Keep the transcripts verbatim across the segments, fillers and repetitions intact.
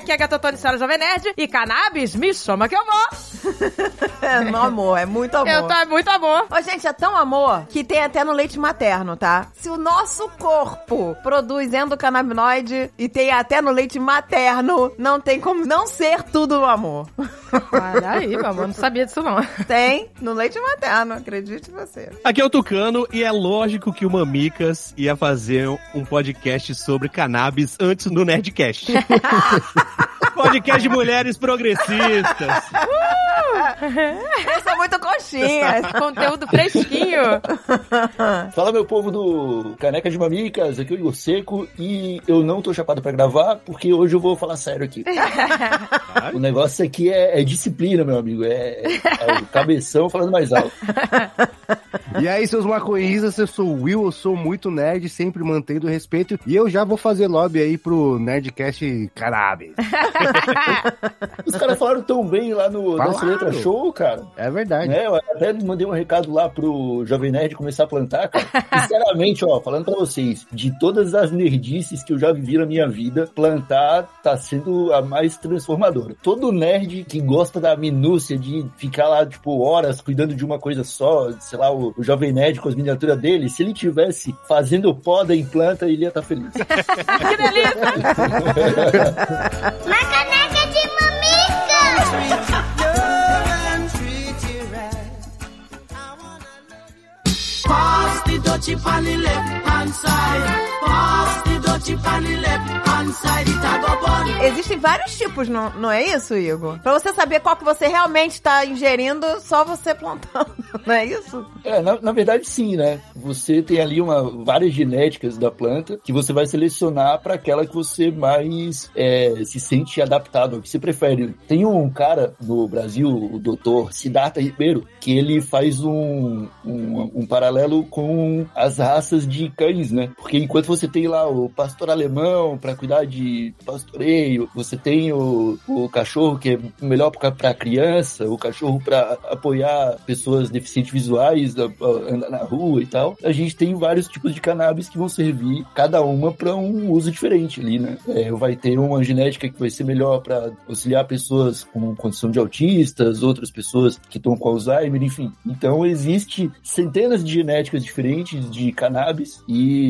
aqui é a Gatotone, senhora Jovem Nerd, e cannabis, me chama que eu vou. É, no amor, é muito amor. Eu tô, é muito amor. Ô, gente, é tão amor que tem até no leite materno, tá? Se o nosso corpo produz endocannabinoide e tem até no leite materno, não tem como não ser tudo amor. Olha aí, meu amor, não sabia disso não. Tem no leite materno, acredite você. Aqui é o Tucano e é lógico que o Mamicas ia fazer um podcast sobre cannabis antes do Nerdcast. Podcast de mulheres progressistas. Uh! Eu sou muito coxinha. Conteúdo fresquinho. Fala, meu povo do Caneca de Mamicas, aqui é o Igor Seco e eu não tô chapado pra gravar porque hoje eu vou falar sério aqui. O negócio aqui é, é disciplina, meu amigo. É, é o cabeção falando mais alto. E aí, seus maconhistas, eu sou o Will, eu sou muito nerd, sempre mantendo respeito. E eu já vou fazer lobby aí pro Nerdcast Cannabis. Os caras falaram tão bem lá no Nossa Letra Show, cara. É verdade. É, eu até mandei um recado lá pro Jovem Nerd começar a plantar, cara. Sinceramente, ó, falando pra vocês, de todas as nerdices que eu já vivi na minha vida, plantar tá sendo a mais transformadora. Todo nerd que gosta da minúcia de ficar lá, tipo, horas cuidando de uma coisa só, sei lá, o, o Jovem Nerd com as miniaturas dele, se ele tivesse fazendo poda em planta, ele ia estar tá feliz. Que delícia! Uma caneca de mamica! Pass the dutchie on the left hand side. Pass the dutchie on the left hand side. It a go bun. Existem vários tipos, não, não é isso, Igor? Pra você saber qual que você realmente tá ingerindo, só você plantando, não é isso? É, na, na verdade sim, né? Você tem ali uma, várias genéticas da planta que você vai selecionar para aquela que você mais é, se sente adaptado, ao que você prefere. Tem um cara no Brasil, o doutor Siddhartha Ribeiro, que ele faz um, um, um paralelo com as raças de cães, né? Porque enquanto você tem lá o pastor alemão para cuidar de pastoreio, você tem o, o cachorro que é melhor para criança, o cachorro para apoiar pessoas deficientes visuais, andar na rua e tal. A gente tem vários tipos de cannabis que vão servir cada uma para um uso diferente ali, né? É, vai ter uma genética que vai ser melhor para auxiliar pessoas com condição de autistas, outras pessoas que estão com Alzheimer, enfim. Então existe centenas de genéticas diferentes de cannabis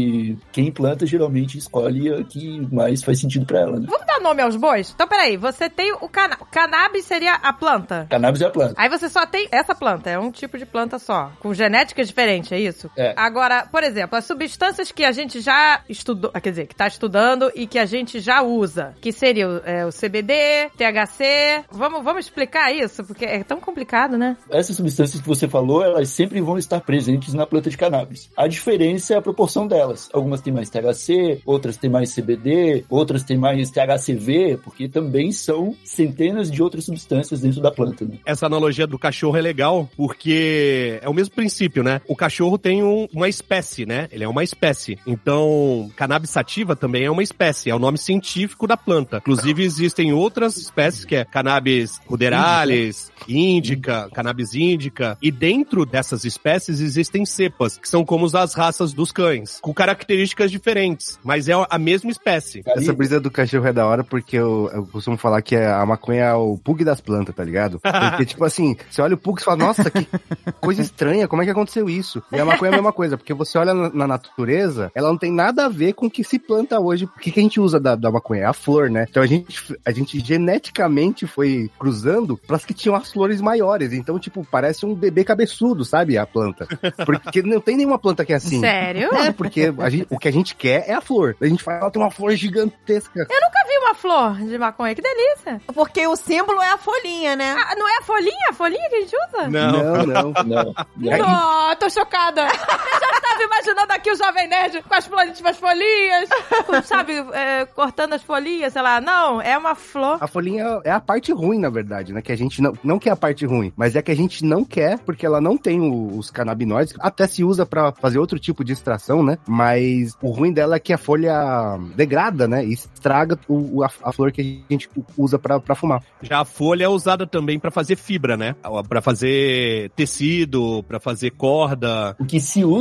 e quem planta geralmente escolhe a que mais faz sentido para ela, né? Vamos dar nome aos bois? Então, peraí, você tem o cana- cannabis seria a planta? Cannabis é a planta. Aí você só tem essa planta, é um tipo de planta só, com genéticas diferentes, é isso? É. Agora, por exemplo, as substâncias que a gente já estudou, quer dizer, que tá estudando e que a gente já usa, que seria o, é, o C B D, T H C, vamos, vamos explicar isso, porque é tão complicado, né? Essas substâncias que você falou, elas sempre vão estar presentes na planta de cannabis. A diferença é a proporção delas. Algumas têm mais T H C, outras têm mais C B D, outras têm mais T H C V, porque também são centenas de outras substâncias dentro da planta, né? Essa analogia do cachorro é legal, porque é o mesmo princípio, né? O cachorro tem um, uma espécie, né? Ele é uma espécie. Então, cannabis sativa também é uma espécie, é o nome científico da planta. Inclusive, existem outras espécies, que é cannabis ruderalis, índica, cannabis índica, e dentro dessas espécies existem cepas, que são como as raças dos cães, com características diferentes, mas é a mesma espécie. Essa brisa do cachorro é da hora porque eu, eu costumo falar que a maconha é o pug das plantas, tá ligado? Porque, tipo assim, você olha o pug e fala, nossa, que coisa estranha, como é que aconteceu isso? E a maconha é a mesma coisa, porque você olha na, na natureza, ela não tem nada a ver com o que se planta hoje. O que, que a gente usa da, da maconha? É a flor, né? Então a gente, a gente geneticamente foi cruzando para as que tinham as flores maiores. Então, tipo, parece um bebê cabeçudo, sabe? A planta. Porque não tem nenhuma planta que é assim. Sério? É, porque a gente, o que a gente quer é a flor. A gente fala, tem uma flor gigantesca. Eu nunca vi uma flor de maconha, que delícia. Porque o símbolo é a folhinha, né? Ah, não é a folhinha? A folhinha que a gente usa? Não, não. não. Não. Não, tô chocada. Eu já tava imaginando aqui o Jovem Nerd com as plantinhas, as folhinhas, com, sabe, é, cortando as folhinhas, sei lá. Não, é uma flor. A folhinha é a parte ruim, na verdade, né? Que a gente não, não quer a parte ruim, mas é que a gente não quer, porque ela não tem o, os canabinoides, até se usa pra fazer outro tipo de extração, né? Mas o ruim dela é que a folha degrada, né? E estraga o, a, a flor que a gente usa pra, pra fumar. Já a folha é usada também pra fazer fibra, né? Pra fazer tecido, pra fazer corda. O que se usa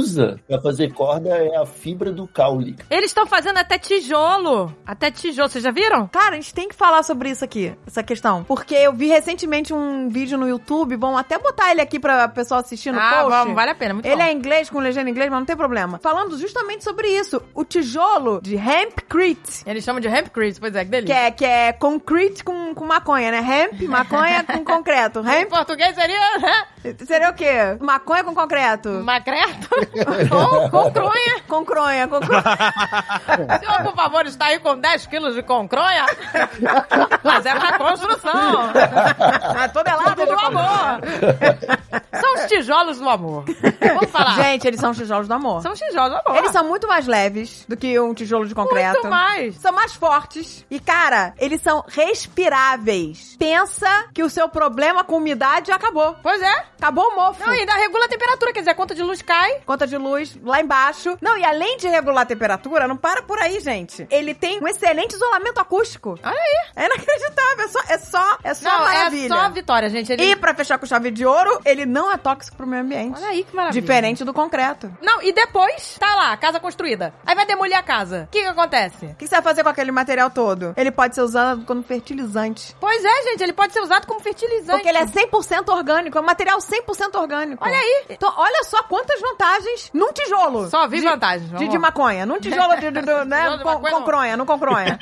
Pra fazer corda é a fibra do caule. Eles estão fazendo até tijolo. Até tijolo, vocês já viram? Cara, a gente tem que falar sobre isso aqui, essa questão. Porque eu vi recentemente um vídeo no YouTube, vamos até botar ele aqui pra pessoal assistir no Ah, post. vamos, vale a pena, muito Ele bom. é inglês, com legenda em inglês, mas não tem problema. Falando justamente sobre isso. O tijolo de hempcrete. Eles chamam de hempcrete, pois é, que Que delícia. é, que é concrete com, com maconha, né? Hemp, maconha com concreto. Em Hemp português seria, né? seria o quê? Maconha com concreto. Macreto ou concronha. Concronha, concronha. O senhor, por favor, está aí com dez quilos de concronha? Mas é pra construção. Tonelada Tudo de do amor. São os tijolos do amor. Vamos falar. Gente, eles são os tijolos do amor. São os tijolos do amor. Eles são muito mais leves do que um tijolo de concreto. Muito mais. São mais fortes. E, cara, eles são respiráveis. Pensa que o seu problema com umidade acabou. Pois é. Acabou o mofo. Não, e ainda regula a temperatura, quer dizer, a conta de luz cai. Conta de luz lá embaixo. Não, e além de regular a temperatura, não para por aí, gente. Ele tem um excelente isolamento acústico. Olha aí. É inacreditável. É só, é só, é só Não, maravilha. é só vitória, gente. Ele... E pra fechar com chave de ouro, ele não é tóxico pro meio ambiente. Olha aí que maravilha. Diferente do concreto. Não, e depois, tá lá, casa construída. Aí vai demolir a casa. O que que acontece? O que você vai fazer com aquele material todo? Ele pode ser usado como fertilizante. Pois é, gente, ele pode ser usado como fertilizante. Porque ele é cem por cento orgânico, é um material cem por cento orgânico. Olha aí. Então, olha só quantas vantagens num tijolo. Só vi de, vantagens. De, Vamos de lá. maconha. Num tijolo de, de, de né? Tijolo de com, maconha, com não. cronha, não com cronha.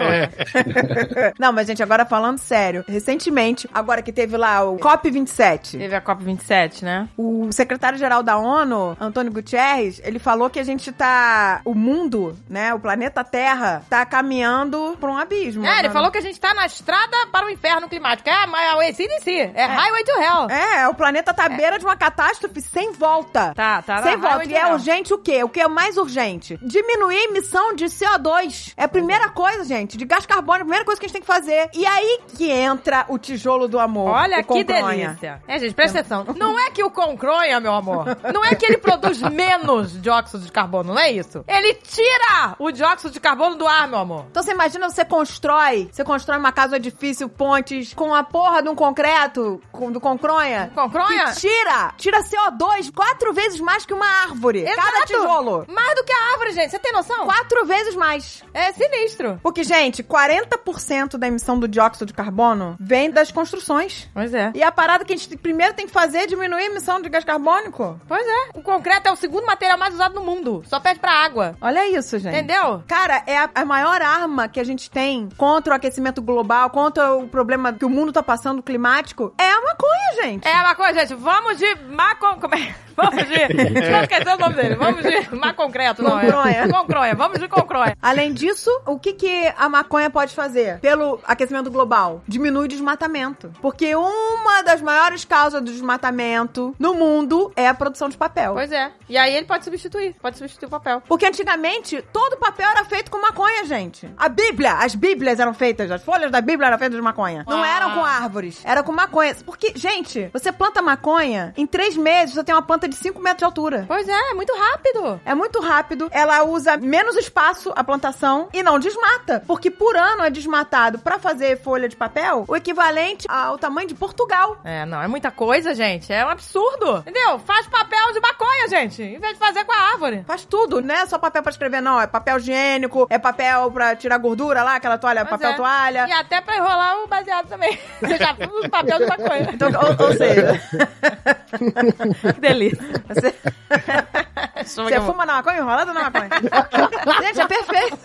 Não, mas, gente, agora falando sério. Recentemente, agora que teve lá o COP vinte e sete, Teve a COP vinte e sete, né? o secretário-geral da ONU, Antônio Guterres, ele falou que a gente tá... O mundo, né? O planeta Terra tá caminhando pra um abismo. É, ele Né? falou que a gente tá na estrada para o inferno climático. É, mas o A C D C. É, Highway to Hell. É, o planeta tá à beira de uma catástrofe sem volta. Tá, tá. Sem na volta. Highway E to é Hell. urgente o quê? O que é mais urgente? Diminuir a emissão de C O dois. É a primeira coisa, gente. De gás carbônico, a primeira coisa que a gente tem que fazer. E aí que entra o tijolo do amor. Olha o que concronha. delícia. É, gente, presta atenção. Não é que o concronha, meu amor, não é que ele produz menos dióxido de carbono, não é isso. Ele tira o dióxido de carbono do ar, meu amor. Então você imagina, você constrói, você constrói uma casa, um edifício, pontes, com a porra de um concreto, com, do concronha. Concronha? Que tira, tira C O dois quatro vezes mais que uma árvore. Cada Exato. tijolo. Mais do que a árvore, gente. Você tem noção? Quatro vezes mais. É sinistro. Porque, gente, quarenta por cento da emissão do dióxido de carbono vem das construções. Pois é. E a parada que a gente primeiro tem que fazer é diminuir a emissão de gás carbônico. Pois é. O concreto é o segundo material mais usado no mundo. Só perde pra água. Olha isso, gente. Entendeu? Cara, é a, a maior arma que a gente tem contra o aquecimento global, contra o problema que o mundo tá passando climático, é a maconha, gente. É uma coisa, gente. Vamos de macon... Como é? Vamos de... Não esqueceu o nome dele. Vamos de maconcreto, não é? Concronha. Concronha. Vamos de concronha. Além disso, o que, que a maconha pode fazer pelo aquecimento global? Diminui o desmatamento. Porque uma das maiores causas do desmatamento no mundo é a produção de papel. Pois é. E aí ele pode substituir. Pode substituir o papel. Porque antigamente, todo papel era feito com maconha, gente. A Bíblia, as Bíblias eram feitas, as folhas da Bíblia eram feitas de maconha. Não Ah. eram com árvores, era com maconha. Porque, gente, você planta maconha, em três meses você tem uma planta de cinco metros de altura. Pois é, é muito rápido. É muito rápido, ela usa menos espaço a plantação e não desmata. Porque por ano é desmatado pra fazer folha de papel o equivalente ao tamanho de Portugal. É, não, é muita coisa, gente. É um absurdo. Entendeu? Faz papel de maconha, gente. Em vez de fazer com a árvore. Faz tudo, não é só papel pra escrever, não. É papel higiênico, é papel pra tirar gordura lá, aquela toalha, Pois papel é. toalha. E até pra enrolar o baseado também. Você já usa papel de maconha. Então, ou, ou seja, Que delícia. você, Você você fuma na maconha, enrolado na maconha. Gente, é perfeito.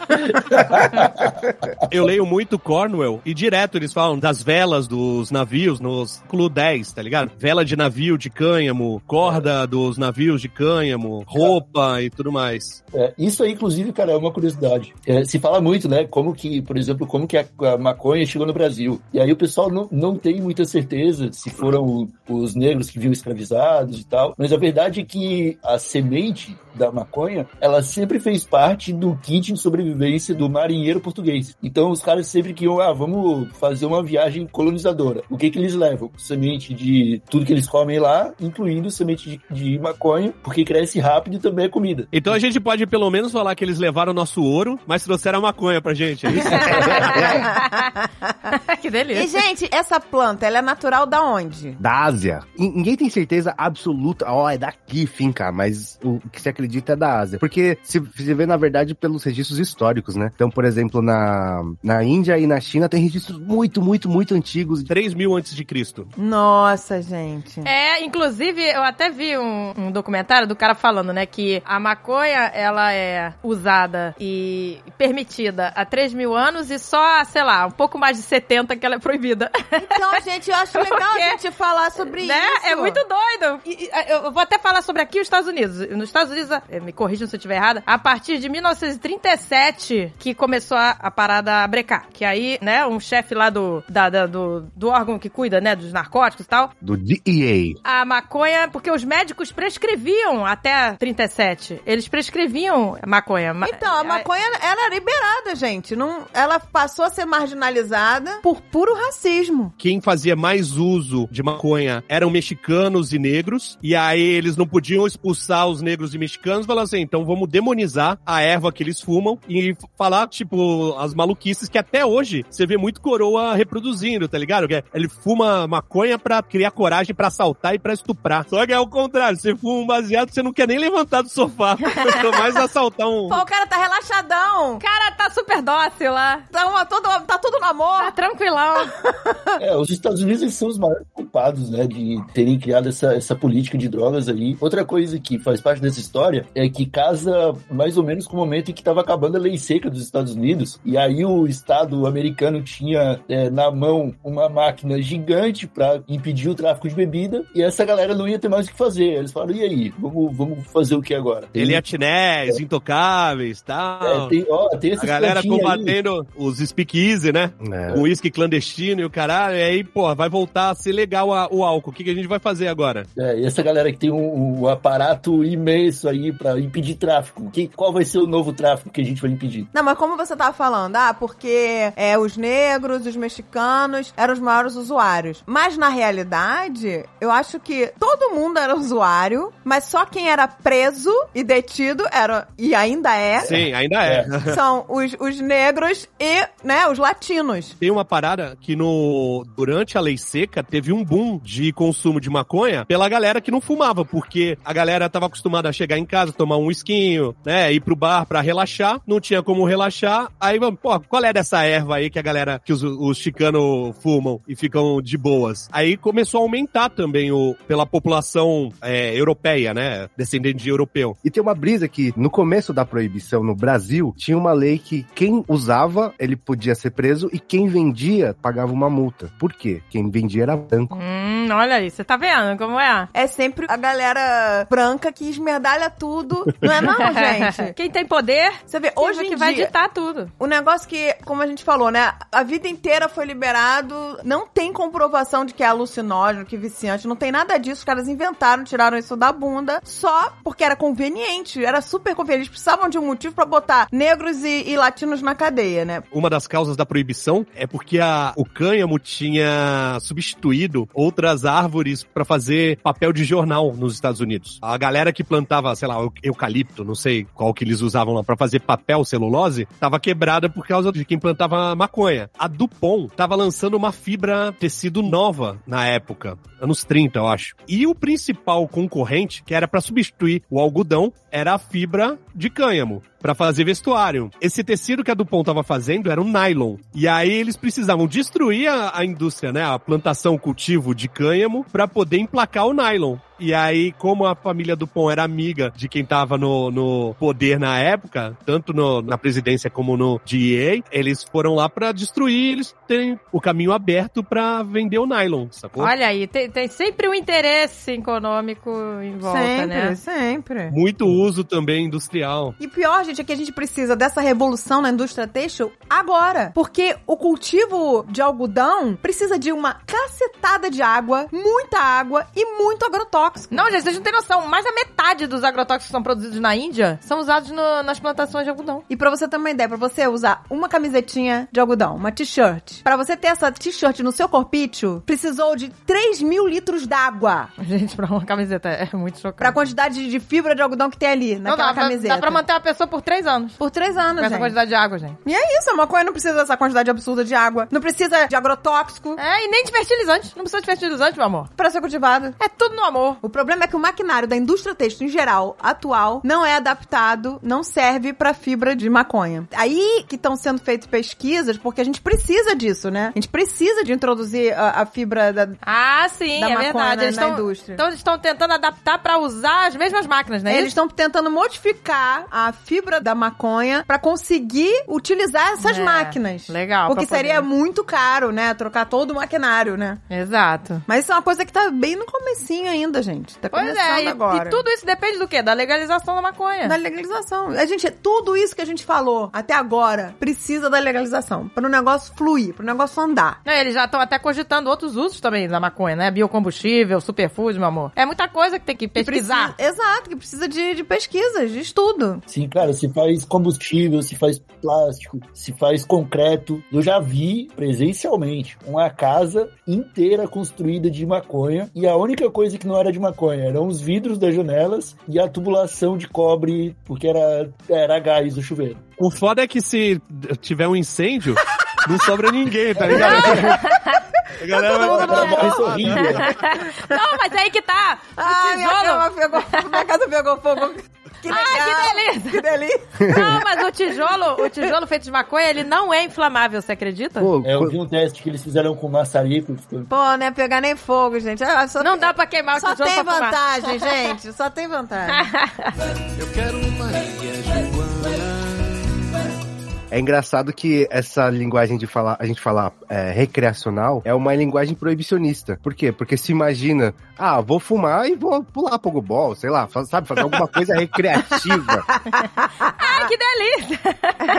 Eu leio muito Cornwell e direto eles falam das velas dos navios nos Clu dez, tá ligado? Vela de navio de cânhamo, corda dos navios de cânhamo, roupa e tudo mais. É, isso aí, inclusive, cara, é uma curiosidade. É, se fala muito, né, como que, por exemplo, como que a, a maconha chegou no Brasil. E aí o pessoal não, não tem muita certeza se foram os negros que viram escravizados e tal. Mas a verdade é que a semente da maconha, ela sempre fez parte do kit de sobrevivência do marinheiro português. Então os caras sempre que iam, ah, vamos fazer uma viagem colonizadora. O que que eles levam? Semente de tudo que eles comem lá, incluindo semente de, de maconha, porque cresce rápido e também é comida. Então a gente pode pelo menos falar que eles levaram o nosso ouro, mas trouxeram a maconha pra gente, é isso? Que delícia. E, gente, essa planta, ela é natural da onde? Da Ásia. N- ninguém tem certeza absoluta, ó, é daqui, fim, cara, mas o que você acredita acredita é da Ásia. Porque se, se vê, na verdade, pelos registros históricos, né? Então, por exemplo, na, na Índia e na China tem registros muito, muito, muito antigos. três mil antes de Cristo. Nossa, gente. É, inclusive, eu até vi um, um documentário do cara falando, né, que a maconha, ela é usada e permitida há três mil anos e só, sei lá, um pouco mais de setenta que ela é proibida. Então, gente, eu acho legal Porque, a gente falar sobre né? isso. É muito doido. E, e, eu vou até falar sobre aqui os Estados Unidos. Nos Estados Unidos, me corrijam se eu estiver errada, a partir de mil novecentos e trinta e sete que começou a, a parada a brecar. Que aí, né, um chefe lá do, da, da, do, do órgão que cuida, né, dos narcóticos e tal. Do D E A. A maconha, porque os médicos prescreviam até trinta e sete. Eles prescreviam maconha. Então, a maconha era liberada, gente. Não, ela passou a ser marginalizada por puro racismo. Quem fazia mais uso de maconha eram mexicanos e negros, e aí eles não podiam expulsar os negros e mexicanos, falaram assim, então vamos demonizar a erva que eles fumam e falar, tipo, as maluquices que até hoje você vê muito coroa reproduzindo, tá ligado? Que ele fuma maconha pra criar coragem pra assaltar e pra estuprar. Só que é o contrário, você fuma um baseado, você não quer nem levantar do sofá, mais assaltar um... Pô, o cara tá relaxadão. O cara tá super dócil lá. Tá, uma, todo, tá tudo no amor. Tá tranquilão. É, os Estados Unidos eles são os maiores culpados, né, de terem criado essa, essa política de drogas aí. Outra coisa que faz parte dessa história é que casa mais ou menos com o momento em que estava acabando a lei seca dos Estados Unidos, e aí o Estado americano tinha é, na mão uma máquina gigante para impedir o tráfico de bebida, e essa galera não ia ter mais o que fazer. Eles falaram, e aí? Vamos, vamos fazer o que agora? Tem... Eliatinés, é. Intocáveis e tal. É, tem, ó, tem a galera combatendo aí. Os speakeasy, né? É. O uísque clandestino e o caralho, e aí, pô, vai voltar a ser legal a, o álcool. O que, que a gente vai fazer agora? É, e essa galera que tem um, um aparato imenso aí pra impedir tráfico, que, qual vai ser o novo tráfico que a gente vai impedir? Não, mas como você tava falando, ah, porque é, os negros, os mexicanos eram os maiores usuários. Mas, na realidade, eu acho que todo mundo era usuário, mas só quem era preso e detido era, e ainda é... Sim, ainda é. é. São os, os negros e, né, os latinos. Tem uma parada que no, durante a lei seca teve um boom de consumo de maconha pela galera que não fumava, porque a galera tava acostumada a chegar em casa, tomar um esquinho, né, ir pro bar pra relaxar, não tinha como relaxar, aí vamos, pô, qual é dessa erva aí que a galera, que os, os chicanos fumam e ficam de boas? Aí começou a aumentar também o, pela população é, europeia, né, descendente de europeu. E tem uma brisa que no começo da proibição no Brasil, tinha uma lei que quem usava, ele podia ser preso, e quem vendia pagava uma multa. Por quê? Quem vendia era branco. Hum, olha aí, você tá vendo como é? É sempre a galera branca que esmerdalha tudo. Não é não, gente? Quem tem poder, você vê, hoje que em vai dia, ditar tudo. O negócio que, como a gente falou, né? A vida inteira foi liberado, não tem comprovação de que é alucinógeno, que é viciante, não tem nada disso. Os caras inventaram, tiraram isso da bunda, só porque era conveniente, era super conveniente. Eles precisavam de um motivo pra botar negros e, e latinos na cadeia, né? Uma das causas da proibição é porque a, o cânhamo tinha substituído outras árvores pra fazer papel de jornal nos Estados Unidos. A galera que plantava, sei lá, eucalipto, não sei qual que eles usavam lá pra fazer papel, celulose, tava quebrada por causa de quem plantava maconha. A DuPont tava lançando uma fibra tecido nova na época, anos trinta, eu acho. E o principal concorrente, que era pra substituir o algodão, era a fibra de cânhamo, pra fazer vestuário. Esse tecido que a DuPont tava fazendo era um nylon. E aí eles precisavam destruir a, a indústria, né, a plantação, o cultivo de cânhamo, pra poder emplacar o nylon. E aí, como a família DuPont era amiga de quem tava no, no poder na época, tanto no, na presidência como no D E A, eles foram lá pra destruir, eles têm o caminho aberto pra vender o nylon, sacou? Olha aí, tem, tem sempre um interesse econômico em volta, sempre, né? Sempre, sempre. Muito uso também industrial. E pior, gente, é que a gente precisa dessa revolução na indústria têxtil agora. Porque o cultivo de algodão precisa de uma cacetada de água, muita água e muito agrotóxico. Não, gente, vocês não têm noção. Mais da metade dos agrotóxicos que são produzidos na Índia são usados no, nas plantações de algodão. E pra você ter uma ideia, pra você usar uma camisetinha de algodão, uma t-shirt, pra você ter essa t-shirt no seu corpício, precisou de três mil litros d'água. Gente, pra uma camiseta é muito chocante. Pra quantidade de fibra de algodão que tem ali, naquela não, dá, camiseta. Dá pra manter uma pessoa por três anos. Por três anos, Com essa gente. quantidade de água, gente. E é isso, a maconha não precisa dessa quantidade absurda de água. Não precisa de agrotóxico. É, e nem de fertilizante. Não precisa de fertilizante, meu amor. Pra ser cultivado. É tudo no amor. Acabou. O problema é que o maquinário da indústria têxtil em geral, atual, não é adaptado, não serve pra fibra de maconha. Aí que estão sendo feitas pesquisas, porque a gente precisa disso, né? A gente precisa de introduzir a, a fibra da... Ah, sim, Da é maconha verdade. na- Eles na estão, indústria. então eles estão tentando adaptar pra usar as mesmas máquinas, né? Eles estão tentando modificar a fibra da maconha pra conseguir utilizar essas É, máquinas. legal, Porque pra poder- seria muito caro, né? Trocar todo o maquinário, né? Exato. Mas isso é uma coisa que tá bem no comecinho ainda, gente. Tá Pois começando é, e, agora. e tudo isso depende do quê? Da legalização da maconha. Da legalização. A gente, tudo isso que a gente falou até agora precisa da legalização. Para o negócio fluir, para o negócio andar. Não, eles já estão até cogitando outros usos também da maconha, né? Biocombustível, superfood, meu amor. É muita coisa que tem que Que pesquisar. precisa- exato, que precisa de, de pesquisas, de estudo. Sim, cara, se faz combustível, se faz plástico, se faz concreto. Eu já vi presencialmente uma casa inteira construída de maconha e a única coisa que não era de maconha eram os vidros das janelas e a tubulação de cobre, porque era, era gás do chuveiro. O foda é que se tiver um incêndio, não sobra ninguém, tá ligado? A galera vai- Era mais horrível. Não, mas aí que tá. O Ah, minha, tijolo... cama pegou, minha casa pegou fogo. Que legal. Ai, que delícia. Que delícia. Não, mas o tijolo, o tijolo feito de maconha, ele não é inflamável, você acredita? Pô, É, eu co- vi um teste que eles fizeram com maçarico. ficou- Pô, né? Pegar nem fogo, gente. Ah, só Não tem- dá pra queimar o Só tijolo tem pra fumar. vantagem, gente. Só tem vantagem. Eu quero uma ilha Joana. É engraçado que essa linguagem de falar, a gente falar é, recreacional é uma linguagem proibicionista. Por quê? Porque se imagina, ah, vou fumar e vou pular pogobol, sei lá, faz- sabe, fazer alguma coisa recreativa. Ai, que delícia.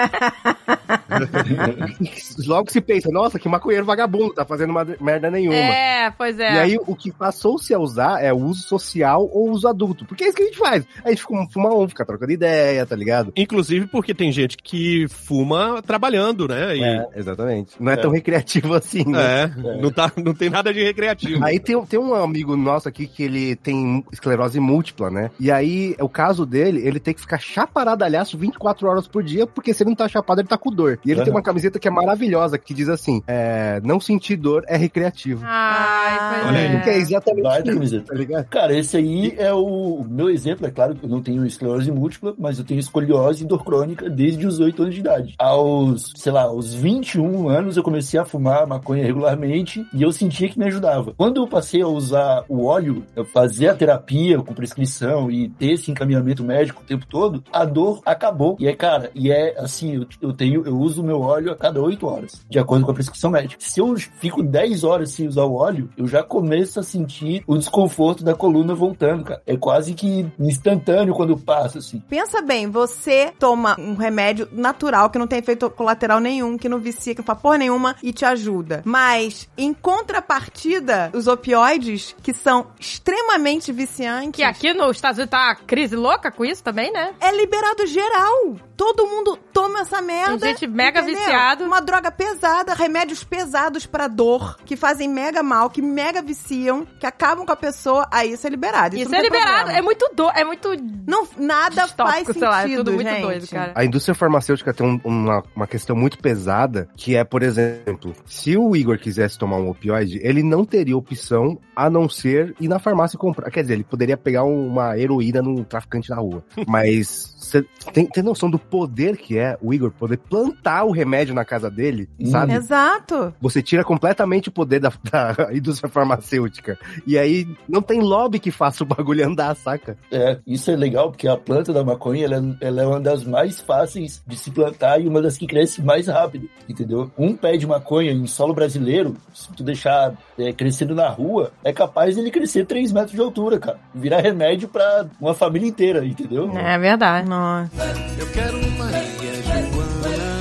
Logo se pensa, nossa, que maconheiro vagabundo, tá fazendo uma merda nenhuma. É, pois é. E aí, o que passou-se a usar é o uso social ou uso adulto. Porque é isso que a gente faz. A gente fuma, fuma um, fica trocando ideia, tá ligado? Inclusive porque tem gente que fuma trabalhando, né? E, É, exatamente. Não é, tão recreativo assim, né? é, Não, tá, não tem nada de recreativo. Aí tem, tem um amigo nosso aqui que ele tem esclerose múltipla, né? E aí, o caso dele, ele tem que ficar chaparadalhaço vinte e quatro horas por dia, porque se ele não tá chapado, ele tá com dor. E ele Uhum. tem uma camiseta que é maravilhosa, que diz assim, é, não sentir dor é recreativo. Ai, pois Olha é. aí. Que é exatamente Vai, isso, camiseta. tá ligado? Cara, esse aí é o, o meu exemplo. É claro que eu não tenho esclerose múltipla, mas eu tenho escoliose e dor crônica desde os oito anos de idade. Aos, sei lá, aos vinte e um anos eu comecei a fumar maconha regularmente e eu sentia que me ajudava. Quando eu passei a usar o óleo, eu fazer a terapia com prescrição e ter esse encaminhamento médico o tempo todo, a dor acabou. E é, cara, e é assim, eu, eu tenho, eu uso o meu óleo a cada oito horas, de acordo com a prescrição médica. Se eu fico dez horas sem usar o óleo, eu já começo a sentir o desconforto da coluna voltando, cara. É quase que instantâneo quando passa, assim. Pensa bem, você toma um remédio natural que não tem efeito colateral nenhum, que não vicia, que não faz porra nenhuma e te ajuda. Mas, em contrapartida, os opioides, que são extremamente viciantes, Que aqui nos Estados Unidos tá crise louca com isso também, né? é liberado geral. Todo mundo toma essa merda. Tem gente mega entendeu? viciado. Uma droga pesada, remédios pesados pra dor, que fazem mega mal, que mega viciam, que acabam com a pessoa, aí isso é liberado. Isso, Isso não é tem liberado. problema. É muito do, é muito Não, nada faz distópico, sentido, sei lá, é tudo muito gente. doido, cara. A indústria farmacêutica tem um- uma, uma questão muito pesada, que é, por exemplo, se o Igor quisesse tomar um opioide, ele não teria opção a não ser ir na farmácia e comprar. Quer dizer, ele poderia pegar uma heroína no traficante na rua. Mas você tem, tem noção do poder que é o Igor poder plantar o remédio na casa dele, sabe? Exato. Você tira completamente o poder da, da indústria farmacêutica. E aí não tem lobby que faça o bagulho andar, saca? É, isso é legal porque a planta da maconha, ela, é- ela é uma das mais fáceis de se plantar e uma das que cresce mais rápido, entendeu? Um pé de maconha em solo brasileiro, se tu deixar é, crescendo na rua, é capaz dele crescer três metros de altura, cara. Virar remédio pra uma família inteira, entendeu? É verdade. Nossa. Eu quero uma ilha Joana.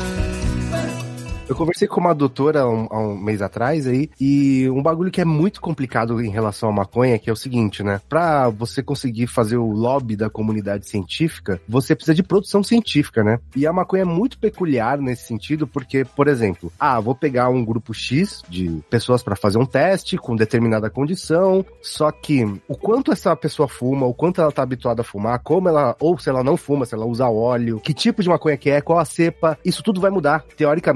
Eu conversei com uma doutora há um, há um mês atrás aí, e um bagulho que é muito complicado em relação à maconha, que é o seguinte, né? Pra você conseguir fazer o lobby da comunidade científica, você precisa de produção científica, né? E a maconha é muito peculiar nesse sentido, porque, por exemplo, ah, vou pegar um grupo X de pessoas pra fazer um teste com determinada condição, só que o quanto essa pessoa fuma, o quanto ela tá habituada a fumar, como ela, ou se ela não fuma, se ela usa óleo, que tipo de maconha que é, qual a cepa, isso tudo vai mudar. Teoricamente, você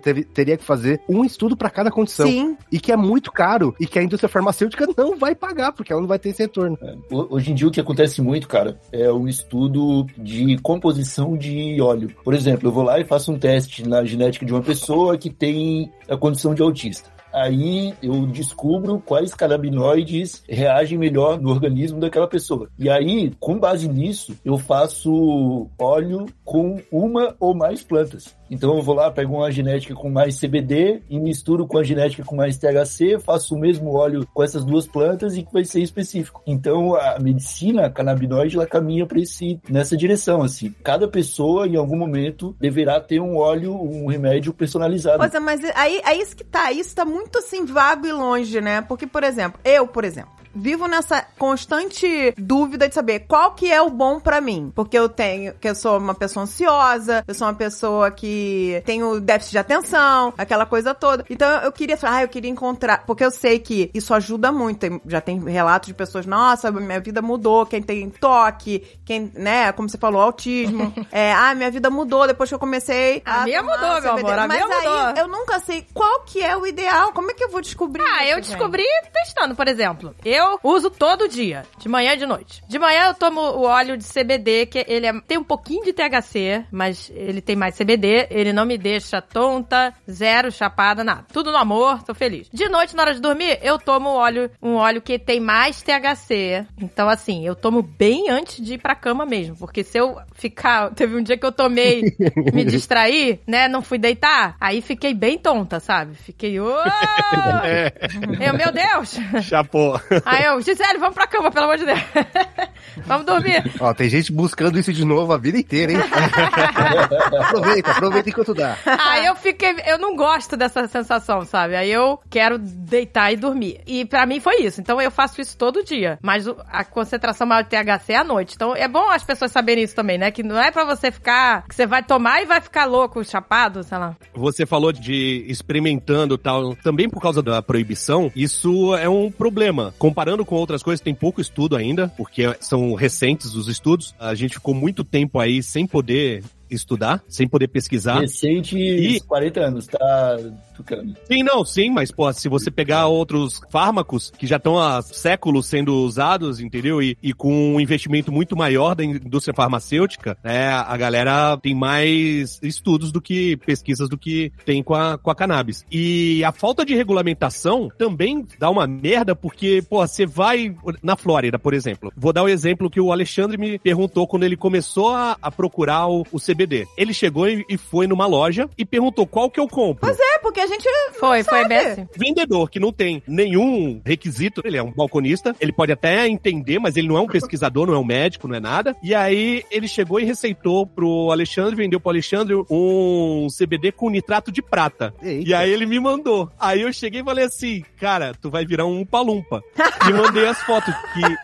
teve, teria que fazer um estudo pra cada condição. Sim. E que é muito caro e que a indústria farmacêutica não vai pagar, porque ela não vai ter esse retorno. É, hoje em dia o que acontece muito, cara, é o estudo de composição de óleo. Por exemplo, eu vou lá e faço um teste na genética de uma pessoa que tem a condição de autista. Aí eu descubro quais canabinoides reagem melhor no organismo daquela pessoa. E aí, com base nisso, eu faço óleo com uma ou mais plantas. Então eu vou lá, pego uma genética com mais C B D e misturo com a genética com mais T H C, faço o mesmo óleo com essas duas plantas e que vai ser específico. Então a medicina canabinoide, ela caminha para esse nessa direção, assim. Cada pessoa, em algum momento, deverá ter um óleo, um remédio personalizado. Pois é, mas aí é isso que tá. Isso tá muito, assim, vago e longe, né? Porque, por exemplo, eu, por exemplo, vivo nessa constante dúvida de saber qual que é o bom pra mim. Porque eu tenho, que eu sou uma pessoa ansiosa, eu sou uma pessoa que tenho déficit de atenção, aquela coisa toda. Então eu queria, ah, eu queria encontrar, porque eu sei que isso ajuda muito. Tem, já tem relatos de pessoas, nossa, minha vida mudou, quem tem toque, quem, né, como você falou, autismo. é, ah, minha vida mudou depois que eu comecei a, a minha tomar mudou, meu amor, a Mas minha aí mudou. eu nunca sei qual que é o ideal. Como é que eu vou descobrir Ah, isso, eu gente? descobri testando, por exemplo. Eu uso todo dia, de manhã e de noite. De manhã eu tomo o óleo de C B D, que ele é, tem um pouquinho de T H C, mas ele tem mais C B D, ele não me deixa tonta, zero chapada, nada. Tudo no amor, tô feliz. De noite, na hora de dormir, eu tomo óleo, um óleo que tem mais T H C. Então, assim, eu tomo bem antes de ir pra cama mesmo, porque se eu ficar... Teve um dia que eu tomei, me distraí, né, não fui deitar, aí fiquei bem tonta, sabe? Fiquei... Oh! É. Eu, meu Deus! Chapou. Aí eu, Gisele, vamos pra cama, pelo amor de Deus. Vamos dormir. Ó, tem gente buscando isso de novo a vida inteira, hein? aproveita, aproveita enquanto dá. Aí eu fiquei, eu não gosto dessa sensação, sabe? Aí eu quero deitar e dormir. E pra mim foi isso. Então eu faço isso todo dia. Mas o, a concentração maior de T H C é à noite. Então é bom as pessoas saberem isso também, né? Que não é pra você ficar, que você vai tomar e vai ficar louco, chapado, sei lá. Você falou de experimentando e tal, também por causa da proibição, isso é um problema. Comparando com outras coisas, tem pouco estudo ainda, porque são recentes os estudos. A gente ficou muito tempo aí sem poder estudar, sem poder pesquisar. Recente, E- quarenta anos, tá, Tucano? Sim, não, sim, mas, pô, se você pegar outros fármacos que já estão há séculos sendo usados, entendeu? E, e com um investimento muito maior da indústria farmacêutica, né, a galera tem mais estudos do que, pesquisas do que tem com a, com a cannabis. E a falta de regulamentação também dá uma merda, porque, pô, você vai na Flórida, por exemplo. Vou dar o exemplo que o Alexandre me perguntou quando ele começou a, a procurar o, o C B D. Ele chegou e, e foi numa loja e perguntou qual que eu compro. Pois é, porque a gente Foi, não foi sabe. bem assim. Vendedor que não tem nenhum requisito, ele é um balconista, ele pode até entender, mas ele não é um pesquisador, não é um médico, não é nada. E aí ele chegou e receitou pro Alexandre, vendeu pro Alexandre um C B D com nitrato de prata. Eita. E aí ele me mandou. Aí eu cheguei e falei assim, cara, tu vai virar um palumpa. E mandei as fotos que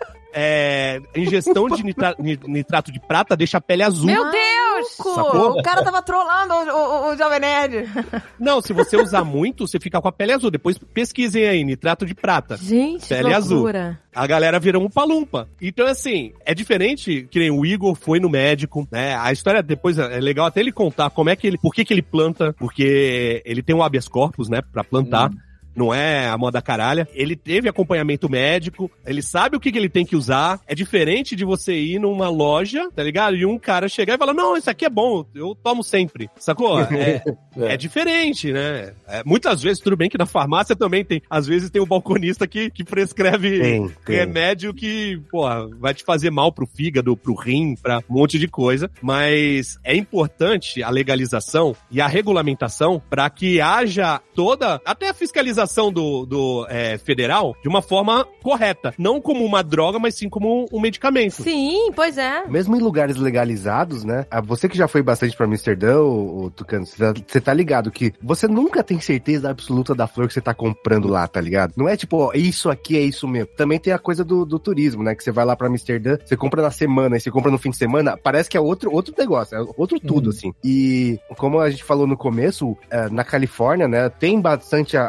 é, ingestão de nitra- ni- nitrato de prata deixa a pele azul. Meu Deus! Sacou? O cara tava trolando o, o, o Jovem Nerd. Não, se você usar muito, você fica com a pele azul. Depois pesquisem aí, nitrato de prata. Gente, que Pele azul. loucura. A galera virou um palumpa. Então, assim, é diferente que nem o Igor foi no médico, né? A história depois é legal até ele contar como é que ele, por que que ele planta, porque ele tem um habeas corpus, né, pra plantar. Hum. Não é a moda caralha. Ele teve acompanhamento médico, ele sabe o que, que ele tem que usar. É diferente de você ir numa loja, tá ligado? E um cara chegar e falar, não, isso aqui é bom, eu tomo sempre. Sacou? É, é diferente, né? É, muitas vezes, tudo bem que na farmácia também tem, às vezes tem um balconista que, que prescreve Tem, tem. remédio que, pô, vai te fazer mal pro fígado, pro rim, pra um monte de coisa. Mas é importante a legalização e a regulamentação para que haja toda, até a fiscalização do, do é, federal de uma forma correta. Não como uma droga, mas sim como um medicamento. Sim, pois é. Mesmo em lugares legalizados, né? Ah, você que já foi bastante pra Amsterdã, ô, ô, Tucano, você tá, você tá ligado que você nunca tem certeza absoluta da flor que você tá comprando lá, tá ligado? Não é tipo, ó, isso aqui é isso mesmo. Também tem a coisa do, do turismo, né? Que você vai lá pra Amsterdã, você compra na semana e você compra no fim de semana, parece que é outro, outro negócio, é outro tudo, Uhum. assim. E como a gente falou no começo, é, na Califórnia, né? Tem bastante a, a forte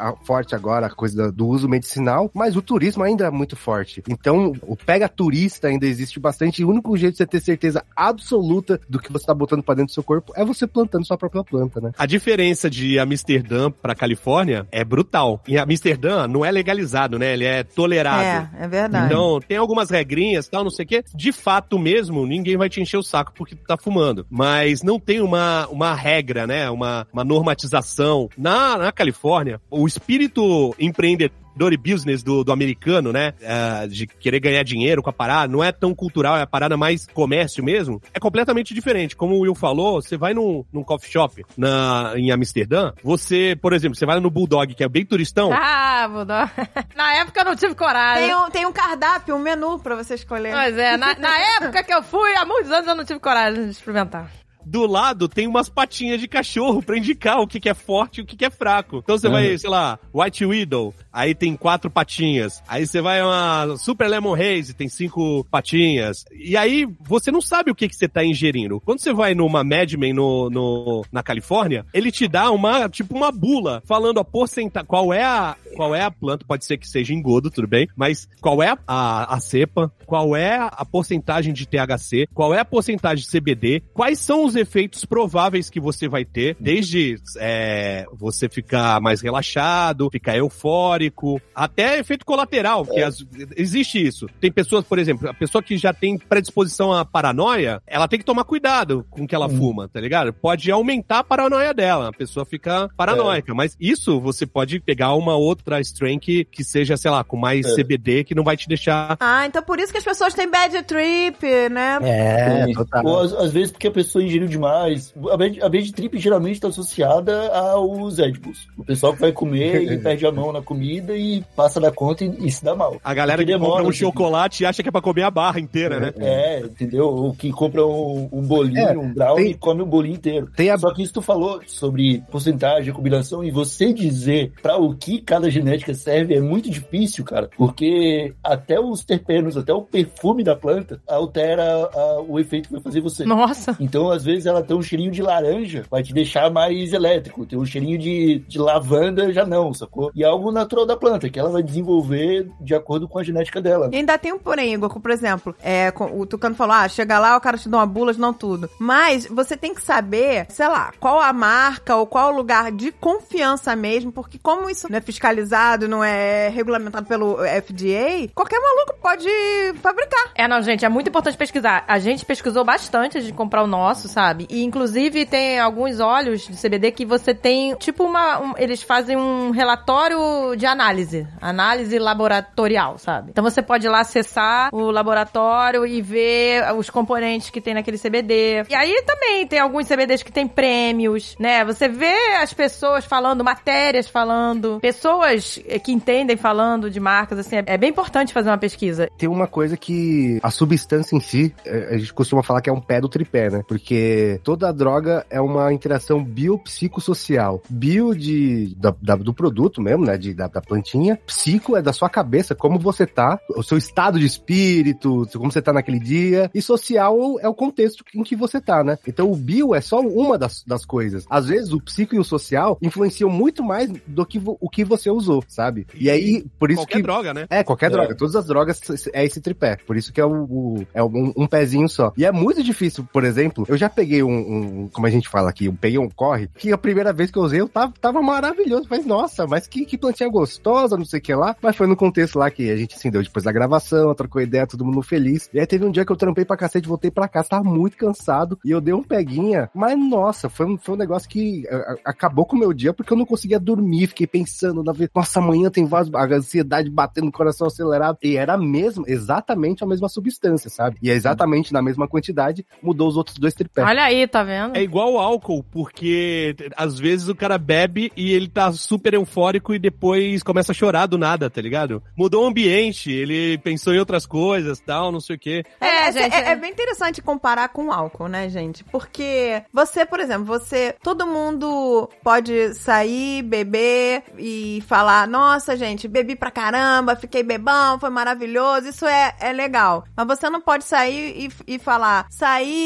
forte agora, a coisa do uso medicinal, mas o turismo ainda é muito forte. Então, o pega turista ainda existe bastante, e o único jeito de você ter certeza absoluta do que você tá botando pra dentro do seu corpo é você plantando sua própria planta, né? A diferença de Amsterdã pra Califórnia é brutal. Em Amsterdã não é legalizado, né? Ele é tolerado. É, é verdade. Então, tem algumas regrinhas, tal, não sei o quê. De fato mesmo, ninguém vai te encher o saco porque tu tá fumando. Mas não tem uma, uma regra, né? Uma, uma normatização. Na, na Califórnia, o espírito empreendedor e business do, do americano, né, uh, de querer ganhar dinheiro com a parada, não é tão cultural, é a parada mais comércio mesmo, é completamente diferente. Como o Will falou, você vai num, num coffee shop na, em Amsterdã, você, por exemplo, você vai no Bulldog, que é bem turistão. Ah, Bulldog. Na época eu não tive coragem. Tem um, tem um cardápio, um menu pra você escolher. Pois é, na, na época que eu fui, há muitos anos eu não tive coragem de experimentar. Do lado tem umas patinhas de cachorro pra indicar o que, que é forte e o que, que é fraco. Então você uhum. vai, sei lá, White Widow, aí tem quatro patinhas. Aí você vai uma Super Lemon Haze, tem cinco patinhas. E aí você não sabe o que, que você tá ingerindo. Quando você vai numa Mad Men no, no, na Califórnia, ele te dá uma, tipo uma bula, falando a porcentagem, qual é a, qual é a planta, pode ser que seja engodo, tudo bem, mas qual é a, a, a cepa, qual é a porcentagem de T H C, qual é a porcentagem de C B D, quais são os efeitos prováveis que você vai ter, desde é, você ficar mais relaxado, ficar eufórico, até efeito colateral, que as, existe isso. Tem pessoas, por exemplo, a pessoa que já tem predisposição à paranoia, ela tem que tomar cuidado com o que ela hum. fuma, tá ligado? Pode aumentar a paranoia dela, a pessoa fica paranoica, é. mas isso você pode pegar uma outra strain que, que seja, sei lá, com mais é. C B D, que não vai te deixar... Ah, então por isso que as pessoas têm bad trip, né? É, total. Ou às, às vezes porque a pessoa ingeriu demais. A bad, a bad trip geralmente está associada aos edibles. O pessoal que vai comer e perde a mão na comida e passa da conta e, e se dá mal. A galera que, que compra um assim, chocolate e acha que é pra comer a barra inteira, é, né? É, entendeu? Ou que compra um, um bolinho, é, um brownie tem, e come o um bolinho inteiro. Tem a... Só que isso tu falou sobre porcentagem, combinação, e você dizer pra o que cada genética serve é muito difícil, cara, porque até os terpenos, até o perfume da planta altera a, o efeito que vai fazer você. Nossa! Então, às vezes, ela tem um cheirinho de laranja, vai te deixar mais elétrico. Tem um cheirinho de, de lavanda, já não, sacou? E é algo natural da planta, que ela vai desenvolver de acordo com a genética dela. E ainda tem um porém, Igor, por exemplo, é, o Tucano falou, ah, chega lá, o cara te dá uma bula, não tudo. Mas você tem que saber, sei lá, qual a marca ou qual o lugar de confiança mesmo, porque como isso não é fiscalizado, não é regulamentado pelo F D A, qualquer maluco pode fabricar. É, não, gente, é muito importante pesquisar. A gente pesquisou bastante antes de comprar o nosso, sabe? E, inclusive, tem alguns óleos de C B D que você tem, tipo, uma... Um, eles fazem um relatório de análise. Análise laboratorial, sabe? Então, você pode ir lá acessar o laboratório e ver os componentes que tem naquele C B D. E aí, também, tem alguns C B Ds que tem prêmios, né? Você vê as pessoas falando, matérias falando, pessoas que entendem falando de marcas, assim, é, é bem importante fazer uma pesquisa. Tem uma coisa que a substância em si, a gente costuma falar que é um pé do tripé, né? Porque toda droga é uma interação biopsicossocial. Bio de, da, da, do produto mesmo, né? De, da, da plantinha. Psico é da sua cabeça, como você tá, o seu estado de espírito, como você tá naquele dia. E social é o contexto em que você tá, né? Então o bio é só uma das, das coisas. Às vezes o psico e o social influenciam muito mais do que vo, o que você usou, sabe? E, e aí, por isso qualquer que... Qualquer droga, né? É, qualquer é. droga. Todas as drogas é esse tripé. Por isso que é, o, o, é um, um pezinho só. E é muito difícil, por exemplo, eu já peguei um, um como a gente fala aqui, eu peguei um corre, que a primeira vez que eu usei, eu tava, tava maravilhoso. Mas, nossa, mas que, que plantinha gostosa, não sei o que lá. Mas foi no contexto lá que a gente, assim, deu depois da gravação, trocou ideia, todo mundo feliz. E aí teve um dia que eu trampei pra cacete, voltei pra casa, tava muito cansado, e eu dei um peguinha, mas, nossa, foi um, foi um negócio que a, a, acabou com o meu dia, porque eu não conseguia dormir, fiquei pensando, na, nossa, amanhã tem vários, a ansiedade batendo no coração acelerado, e era mesmo, exatamente a mesma substância, sabe? E é exatamente na mesma quantidade, mudou os outros dois tripés. Olha aí, tá vendo? É igual o álcool, porque às vezes o cara bebe e ele tá super eufórico e depois começa a chorar do nada, tá ligado? Mudou o ambiente, ele pensou em outras coisas, tal, não sei o quê. É, é, gente, é, é bem interessante comparar com o álcool, né, gente? Porque você, por exemplo, você, todo mundo pode sair, beber e falar, nossa, gente, bebi pra caramba, fiquei bebão, foi maravilhoso, isso é, é legal. Mas você não pode sair e, e falar, saí,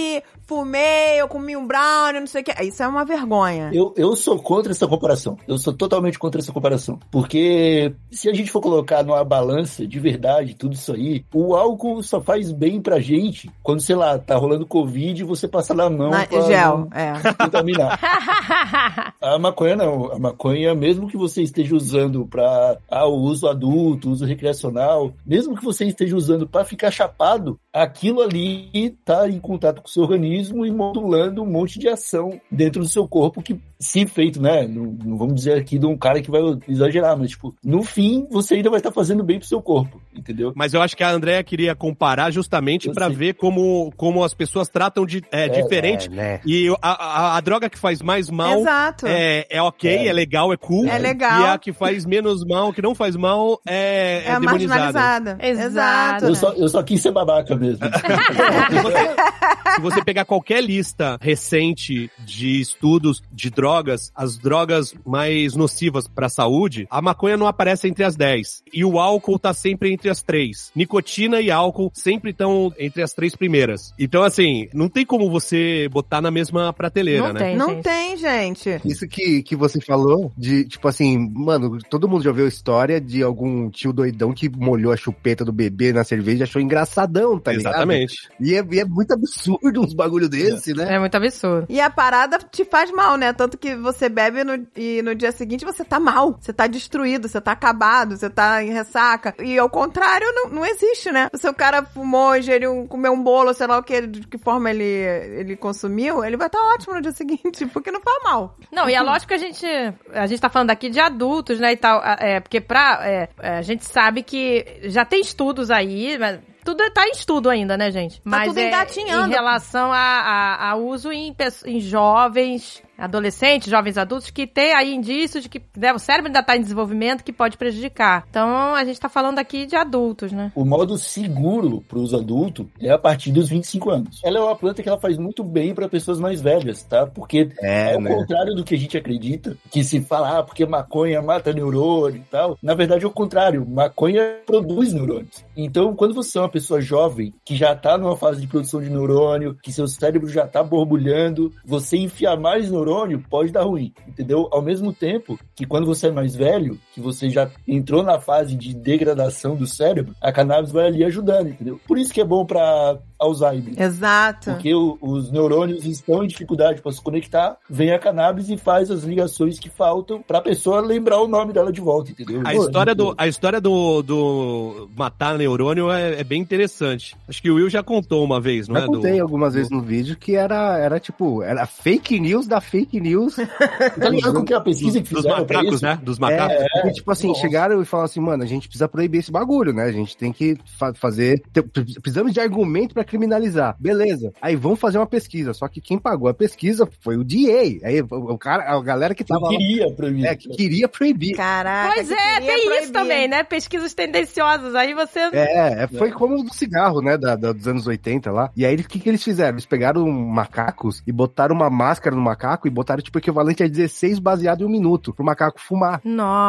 fumei, eu comi um brownie, não sei o que. Isso é uma vergonha. Eu, eu sou contra essa comparação. Eu sou totalmente contra essa comparação. Porque se a gente for colocar numa balança de verdade tudo isso aí, o álcool só faz bem pra gente quando, sei lá, tá rolando Covid e você passa na mão Na, pra gel, não é. contaminar. A maconha não. A maconha, mesmo que você esteja usando pra ah, o uso adulto, uso recreacional, mesmo que você esteja usando pra ficar chapado, aquilo ali tá em contato com o seu organismo e modulando um monte de ação dentro do seu corpo que, se feito, né, não, não vamos dizer aqui de um cara que vai exagerar, mas, tipo, no fim, você ainda vai estar fazendo bem pro seu corpo, entendeu? Mas eu acho que a Andrea queria comparar justamente Eu pra sei. ver como, como as pessoas tratam de é, diferente. É, né? E a, a, a droga que faz mais mal Exato. é, é ok, é. É. é legal, é cool. É legal. E a que faz menos mal, que não faz mal, é, É, é demonizada. marginalizada. Exato. Eu só, eu só quis ser babaca mesmo. Se você, se você pegar qualquer lista recente de estudos de drogas, as drogas mais nocivas para a saúde, a maconha não aparece entre as dez. E o álcool tá sempre entre as três. Nicotina e álcool sempre estão entre as três primeiras. Então, assim, não tem como você botar na mesma prateleira, Não né? tem, Não gente. tem, gente. Isso que, que você falou, de, tipo assim, mano, todo mundo já ouviu a história de algum tio doidão que molhou a chupeta do bebê na cerveja e achou engraçadão, tá ligado? Exatamente. E é, e é muito absurdo uns bagulho desse, né? É muito absurdo. E a parada te faz mal, né? Tanto que você bebe no, e no dia seguinte você tá mal. Você tá destruído, você tá acabado, você tá em ressaca. E ao contrário, não, não existe, né? Se o cara fumou, ingeriu, comeu um bolo, sei lá o que, de que forma ele, ele consumiu, ele vai estar tá ótimo no dia seguinte, porque não faz mal. Não, e é lógico que a gente, a gente tá falando aqui de adultos, né, e tal, é, porque pra, é, a gente sabe que já tem estudos aí, mas tudo tá em estudo ainda, né, gente? Mas tudo é, engatinhando. em relação a, a, a uso em, pesso- em jovens, adolescentes, jovens adultos, que tem aí indícios de que né, o cérebro ainda tá em desenvolvimento que pode prejudicar. Então, a gente tá falando aqui de adultos, né? O modo seguro para os adultos é a partir dos vinte e cinco anos. Ela é uma planta que ela faz muito bem para pessoas mais velhas, tá? Porque É, ao né? contrário do que a gente acredita, que se fala, ah, porque maconha mata neurônio e tal, na verdade é o contrário, maconha produz neurônios. Então, quando você é uma pessoa jovem, que já tá numa fase de produção de neurônio, que seu cérebro já tá borbulhando, você enfiar mais neurônio pode dar ruim, entendeu? Ao mesmo tempo que quando você é mais velho, que você já entrou na fase de degradação do cérebro, a cannabis vai ali ajudando, entendeu? Por isso que é bom pra Alzheimer. Exato. Porque o- os neurônios estão em dificuldade para se conectar, vem a cannabis e faz as ligações que faltam pra pessoa lembrar o nome dela de volta, entendeu? A Pô, história, é do, muito a história do, do matar neurônio é, é bem interessante. Acho que o Will já contou uma vez, não Já é? contei Do, algumas vezes no vídeo que era, era tipo, era fake news da fake news. bom. Tá ligado com que a pesquisa que dos fizeram pra macacos, isso? né? Dos macacos. É, porque, tipo assim, Nossa. chegaram e falaram assim, mano, a gente precisa proibir esse bagulho, né? A gente tem que fa- fazer. te- precisamos de argumento pra criminalizar. Beleza. Aí vamos fazer uma pesquisa. Só que quem pagou a pesquisa foi o D A. Aí o o cara, a galera que Eu tava lá, queria proibir. é, que queria proibir. Caraca. Pois que é, queria tem proibir. isso também, né? Pesquisas tendenciosas. Aí você... É, é, foi como o do cigarro, né, da, da- dos anos oitenta lá. E aí, o que que eles fizeram? Eles pegaram macacos e botaram uma máscara no macaco e botaram, tipo, o equivalente a dezesseis baseado em um minuto pro macaco fumar.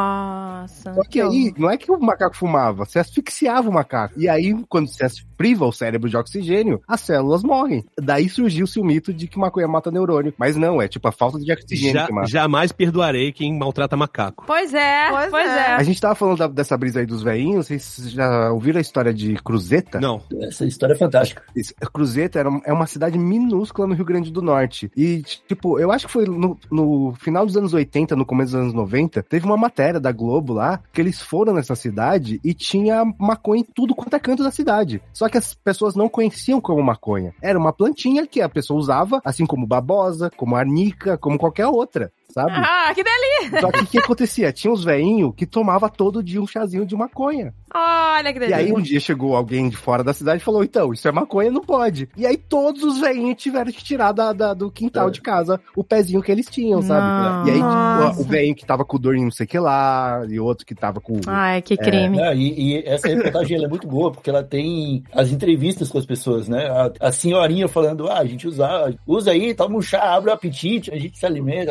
Nossa. Só que aí, não é que o macaco fumava, você asfixiava o macaco. E aí, quando você priva o cérebro de oxigênio, as células morrem. Daí surgiu-se o mito de que maconha mata neurônio. Mas não, é tipo a falta de oxigênio Já, que mata. jamais perdoarei quem maltrata macaco. Pois é, Pois pois, é. é. A gente tava falando da- dessa brisa aí dos veinhos, vocês já ouviram a história de Cruzeta? Não. Essa história é fantástica. Esse- Cruzeta era, um- é uma cidade minúscula no Rio Grande do Norte. E, tipo, eu acho que foi no, no final dos anos oitenta, no começo dos anos noventa, teve uma matéria da Globo lá, que eles foram nessa cidade e tinha maconha em tudo quanto é canto da cidade. Só que as pessoas não conheciam como maconha. Era uma plantinha que a pessoa usava, assim como babosa, como arnica, como qualquer outra. Sabe? Ah, que delícia! Só que o que acontecia? Tinha uns veinhos que tomava todo dia um chazinho de maconha. Olha que E delícia. aí um dia chegou alguém de fora da cidade e falou, então, isso é maconha, não pode. E aí todos os veinhos tiveram que tirar da, da- do quintal É. de casa o pezinho que eles tinham, sabe? Não. E aí Nossa. o, o veinho que tava com dor em não sei o que lá, e outro que tava com... Ai, que crime. Né, e, e essa reportagem ela é muito boa, porque ela tem as entrevistas com as pessoas, né? A, a senhorinha falando, ah, a gente usa, usa aí, toma um chá, abre o apetite, a gente se alimenta, pá. Ou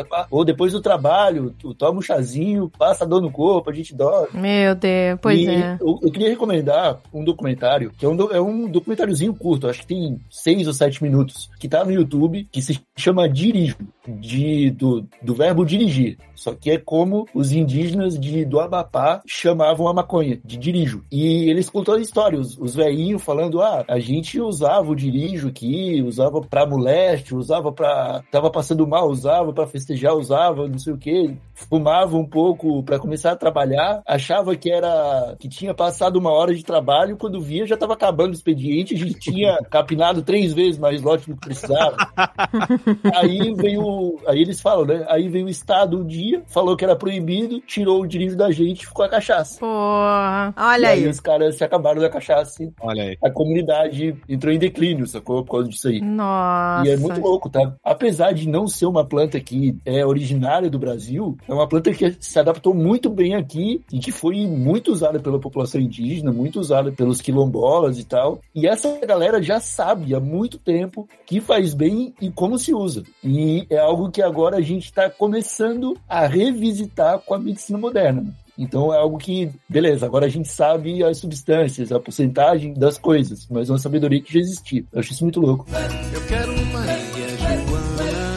depois do trabalho, tu toma um chazinho, passa a dor no corpo, a gente dorme. Meu Deus, pois e é. Eu, eu queria recomendar um documentário, que é um, do, é um documentáriozinho curto, acho que tem seis ou sete minutos, que tá no YouTube, que se chama Dirijo, de, do, do verbo dirigir. Só que é como os indígenas de, do Amapá chamavam a maconha, de dirijo. E eles contam a história, os, os velhinhos falando, ah, a gente usava o dirijo aqui, usava pra moleste, usava pra... tava passando mal, usava pra festejar, usava, não sei o quê. Fumava um pouco pra começar a trabalhar, achava que era... que tinha passado uma hora de trabalho, quando via já tava acabando o expediente, a gente tinha capinado três vezes mais lote do que precisava. Aí veio... aí eles falam, né? Aí veio o Estado um dia, falou que era proibido, tirou o dirijo da gente e ficou a cachaça. Porra. Olha E aí. aí os caras se acabaram da cachaça e Olha aí. a comunidade entrou em declínio, sacou? Por causa disso aí. Nossa. E é muito louco, tá? Apesar de não ser uma planta que é originária do Brasil, é uma planta que se adaptou muito bem aqui e que foi muito usada pela população indígena, muito usada pelos quilombolas e tal. E essa galera já sabe há muito tempo que faz bem e como se usa. E é algo que agora a gente está começando a revisitar com a medicina moderna. Então é algo que, beleza, agora a gente sabe as substâncias, a porcentagem das coisas, mas é uma sabedoria que já existia. Eu acho isso muito louco. Eu quero uma ilha Joana.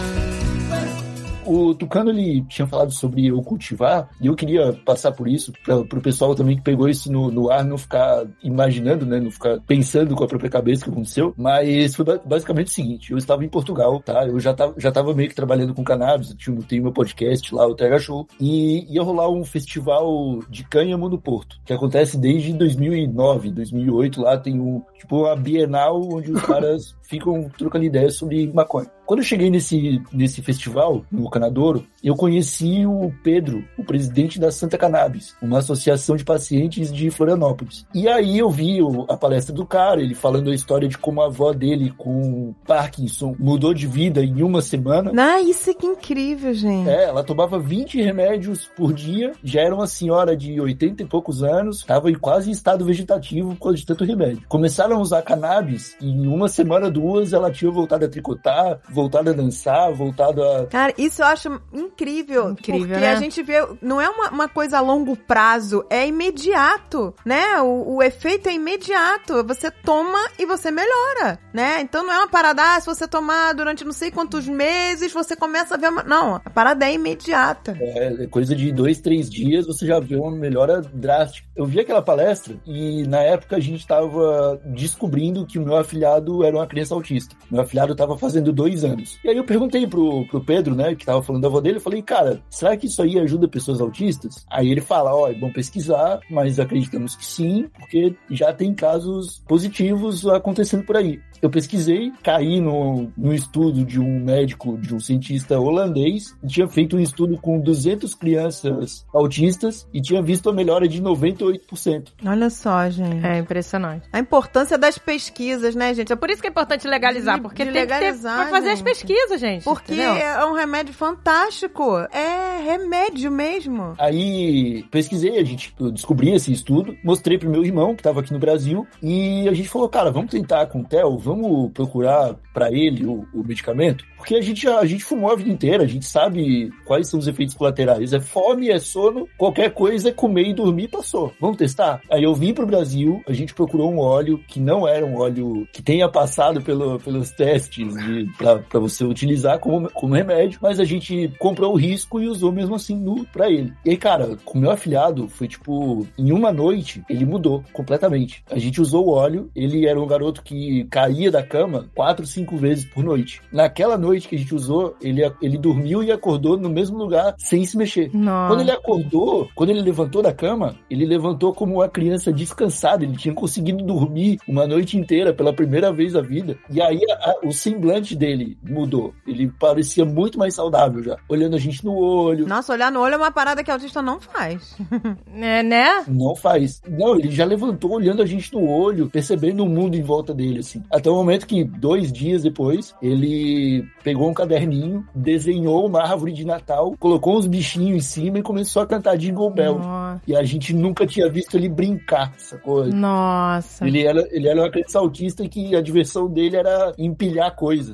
O Tucano, ele tinha falado sobre eu cultivar, e eu queria passar por isso, para pro pessoal também que pegou isso no, no ar, não ficar imaginando, né, não ficar pensando com a própria cabeça o que aconteceu, mas foi basicamente o seguinte, eu estava em Portugal, tá, eu já tava, já tava meio que trabalhando com cannabis, eu tinha, tenho meu podcast lá, o T H Show, e ia rolar um festival de cânhamo no Porto, que acontece desde dois mil e nove, dois mil e oito, lá tem um, tipo, uma bienal onde os caras ficam trocando ideias sobre maconha. Quando eu cheguei nesse, nesse festival, no Canadouro, eu conheci o Pedro, o presidente da Santa Cannabis, uma associação de pacientes de Florianópolis. E aí eu vi o, a palestra do cara, ele falando a história de como a avó dele com Parkinson mudou de vida em uma semana. Ah, isso é que incrível, gente. É, ela tomava vinte remédios por dia, já era uma senhora de oitenta e poucos anos, estava em quase estado vegetativo por causa de tanto remédio. Começaram a usar cannabis e em uma semana, duas, ela tinha voltado a tricotar, voltado a dançar, voltado a... Cara, isso eu acho incrível. Incrível, porque né? a gente vê, não é uma, uma coisa a longo prazo, é imediato, né? O, o efeito é imediato. Você toma e você melhora, né? Então não é uma parada, ah, se você tomar durante não sei quantos meses, você começa a ver uma... Não, a parada é imediata. É, coisa de dois, três dias, você já vê uma melhora drástica. Eu vi aquela palestra e na época a gente tava descobrindo que o meu afilhado era uma criança autista. Meu afilhado tava fazendo dois anos. E aí eu perguntei pro, pro Pedro, né, que tava falando da avó dele, eu falei, cara, será que isso aí ajuda pessoas autistas? Aí ele fala, ó, é bom pesquisar, mas acreditamos que sim, porque já tem casos positivos acontecendo por aí. Eu pesquisei, caí no, no estudo de um médico, de um cientista holandês, que tinha feito um estudo com duzentas crianças autistas e tinha visto a melhora de noventa e oito por cento. Olha só, gente. É impressionante. A importância das pesquisas, né, gente? É por isso que é importante legalizar, De- porque de tem que ter legalizar, pra fazer as gente. pesquisas, gente. Porque entendeu? é um remédio fantástico. É remédio mesmo. Aí pesquisei, a gente eu descobri esse estudo, mostrei pro meu irmão, que tava aqui no Brasil, e a gente falou, cara, vamos tentar com o Theo, vamos procurar pra ele o, o medicamento, porque a gente, a gente fumou a vida inteira, a gente sabe quais são os efeitos colaterais, é fome, é sono, qualquer coisa é comer e dormir, passou. Vamos testar? Aí eu vim pro Brasil, a gente procurou um óleo que não era um óleo que tenha passado pelo, pelos testes de, pra, pra você utilizar como, como remédio, mas a gente comprou o risco e usou mesmo assim no, pra ele. E aí, cara, com o meu afilhado, foi tipo, em uma noite, ele mudou completamente. A gente usou o óleo, ele era um garoto que caía da cama quatro, cinco vezes por noite. Naquela noite que a gente usou, ele, ele dormiu e acordou no mesmo lugar sem se mexer. Nossa. Quando ele acordou, quando ele levantou da cama, ele levantou como uma criança descansada, ele tinha conseguido dormir uma noite inteira pela primeira vez na vida. E aí a, a, o semblante dele mudou. Ele parecia muito mais saudável já, olhando a gente no olho. Nossa, olhar no olho é uma parada que autista não faz. É, né? Não faz. Não, ele já levantou olhando a gente no olho, percebendo o mundo em volta dele, assim. Até o momento que, dois dias depois, ele pegou um caderninho, desenhou uma árvore de Natal, colocou uns bichinhos em cima e começou a cantar Jingle Bell. Nossa. E a gente nunca tinha visto ele brincar, sacou? Nossa. Ele era, ele era uma criança autista que a diversão dele era empilhar coisas. Pois é,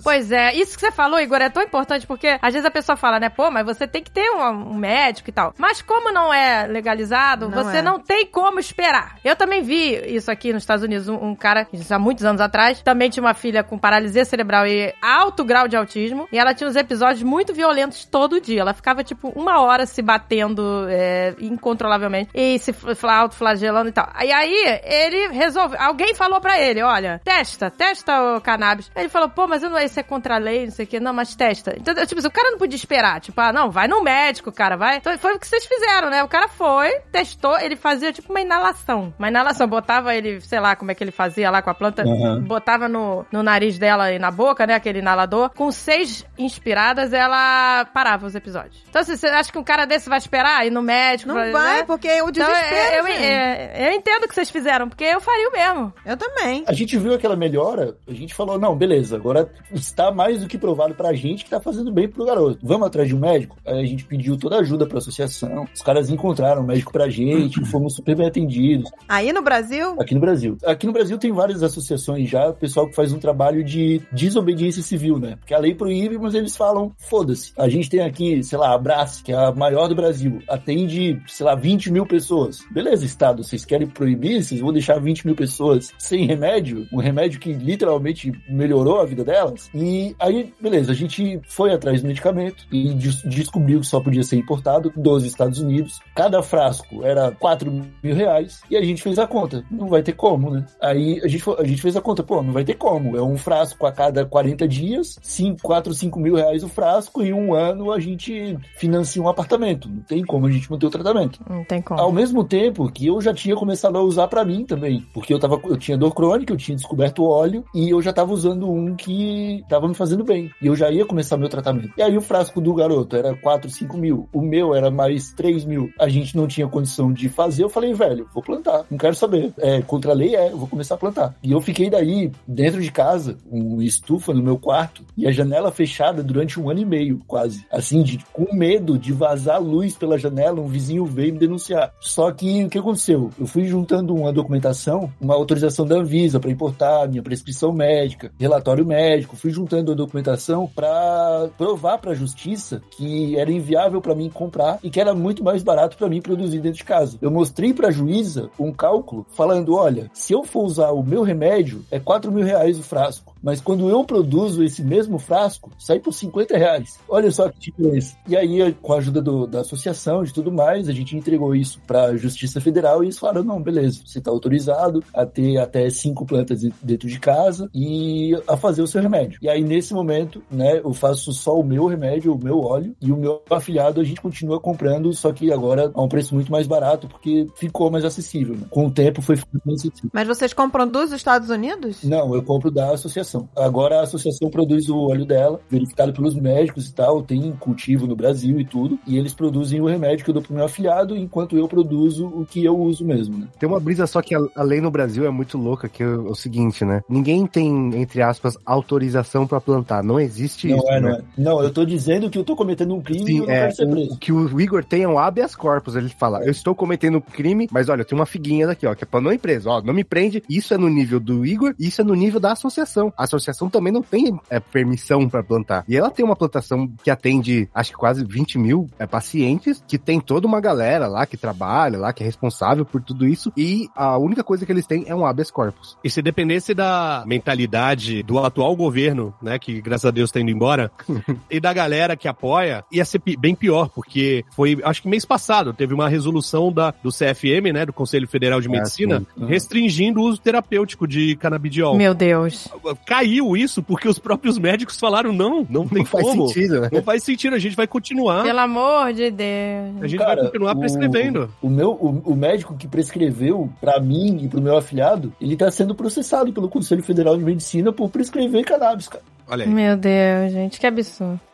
É, isso que você falou, Igor, é tão importante, porque às vezes a pessoa fala, né, pô, mas você tem que ter um, um médico e tal. Mas como não é legalizado, Não você é. não tem como esperar. Eu também vi isso aqui nos Estados Unidos, um, um cara, isso há muitos anos atrás, também tinha uma filha com paralisia cerebral e alto grau de autismo, e ela tinha uns episódios muito violentos todo dia. Ela ficava, tipo, uma hora se batendo é, incontrolavelmente e se autoflagelando e tal. E aí, ele resolveu, alguém falou pra ele, olha, testa, testa o cannabis. Ele falou, pô, mas eu não, isso é contra a lei, não sei o que, não, mas testa. Então, tipo, o cara não podia esperar, tipo, ah, não, vai no médico, cara, vai. Então, foi o que vocês fizeram, né? O cara foi, testou, ele fazia, tipo, uma inalação. Uma inalação, botava ele, sei lá, como é que ele fazia lá com a planta, uhum. botava no, no nariz dela e na boca, né, aquele inalador. Com seis inspiradas, ela parava os episódios. Então, assim, você acha que um cara desse vai esperar ir no médico? Não pra, vai, né? porque o desespero, então, eu, eu, eu, eu entendo o que vocês fizeram, porque eu faria o mesmo. Eu também. A gente viu aquela melhora, a gente falou, não, beleza, agora está mais do que provado pra gente que tá fazendo bem pro garoto. Vamos atrás de um médico? Aí a gente pediu toda a ajuda pra associação, os caras encontraram um médico pra gente, fomos super bem atendidos. Aí no Brasil? Aqui no Brasil. Aqui no Brasil tem várias associações já, pessoal que faz um trabalho de desobediência civil, né? Porque a lei proíbe, mas eles falam, foda-se. A gente tem aqui, sei lá, a Brás, que é a maior do Brasil, atende, sei lá, vinte mil pessoas. Beleza, Estado, vocês querem proibir? Vocês vão deixar vinte mil pessoas sem remédio? Um remédio que literalmente melhorou a vida delas? E aí, beleza, a gente foi atrás do medicamento e des- descobriu que só podia ser importado dos Estados Unidos. Cada frasco era quatro mil reais e a gente fez a conta. Não vai ter como, né? Aí a gente, a gente fez a conta, pô, não vai ter como. É um frasco a cada quarenta dias, quatro, cinco mil reais o frasco e um ano a gente financia um apartamento. Não tem como a gente manter o tratamento. Não tem como. Ao mesmo tempo que eu já tinha começado a usar pra mim também, porque eu, tava, eu tinha dor crônica, eu tinha descoberto o óleo e eu já tava usando um que tava me fazendo bem. E eu já ia começar meu tratamento. E aí o frasco do garoto era quatro, cinco mil. O meu era mais três mil. A gente não tinha condição de fazer. Eu falei, velho, vou plantar. Não quero saber. É, contra a lei é, eu vou começar a plantar. E eu fiquei daí, dentro de casa, uma estufa no meu quarto e a janela fechada durante um ano e meio, quase. Assim, de, com medo de vazar luz pela janela, um vizinho veio me denunciar. Só que o que aconteceu? Eu fui juntando uma documentação, uma autorização da Anvisa para importar, minha prescrição médica, relatório médico, fui juntando a documentação para provar para a justiça que era inviável para mim comprar e que era muito mais barato para mim produzir dentro de casa. Eu mostrei para a juíza um cálculo falando, olha, se eu for usar o meu remédio, é quatro mil reais o frasco. Mas quando eu produzo esse mesmo frasco, sai por cinquenta reais. Olha só que diferença. E aí, com a ajuda do, da associação e tudo mais, a gente entregou isso para a Justiça Federal e eles falaram, não, beleza, você está autorizado a ter até cinco plantas dentro de casa e a fazer o seu remédio. E aí, nesse momento, né, eu faço só o meu remédio, o meu óleo, e o meu afiliado a gente continua comprando, só que agora a um preço muito mais barato, porque ficou mais acessível. Né? Com o tempo foi ficando mais acessível. Mas vocês compram dos Estados Unidos? Não, eu compro da associação. Agora a associação produz o óleo dela, verificado pelos médicos e tal, tem cultivo no Brasil e tudo, e eles produzem o remédio que eu dou pro meu afiliado, enquanto eu produzo o que eu uso mesmo, né? Tem uma brisa só que a, a lei no Brasil é muito louca, que é o, o seguinte, né? Ninguém tem, entre aspas, autorização pra plantar. Não existe não isso, é, né? Não é, não. Eu tô dizendo que eu tô cometendo um crime Sim, e eu não é, quero ser preso. o, o que o Igor tem é um habeas corpus, ele fala, eu estou cometendo um crime, mas olha, eu tenho uma figuinha daqui, ó, que é pra não ir preso, ó, não me prende, isso é no nível do Igor, isso é no nível da associação. A associação também não tem é, permissão pra plantar. E ela tem uma plantação que atende, acho que quase vinte mil é, pacientes, que tem toda uma galera lá que trabalha, lá que é responsável por tudo isso, e a única coisa que eles têm é um habeas corpus. E se dependesse da mentalidade do atual governo, né, que graças a Deus tá indo embora, e da galera que apoia, ia ser pi- bem pior, porque foi, acho que mês passado, teve uma resolução da, do C F M, né, do Conselho Federal de Medicina, ah, uhum. restringindo o uso terapêutico de canabidiol. Meu Deus. Caiu isso porque os próprios médicos falaram, não, não tem Não faz como. sentido, né? Não faz sentido, a gente vai continuar. Pelo amor de Deus. A gente Cara, vai continuar o- prescrevendo. O, meu, o, o médico que prescreveu pra mim e pro meu afiliado, ele tá sendo processado pelo Conselho Federal de Medicina por prescrever cannabis, cara. Olha aí. Meu Deus, gente, que absurdo.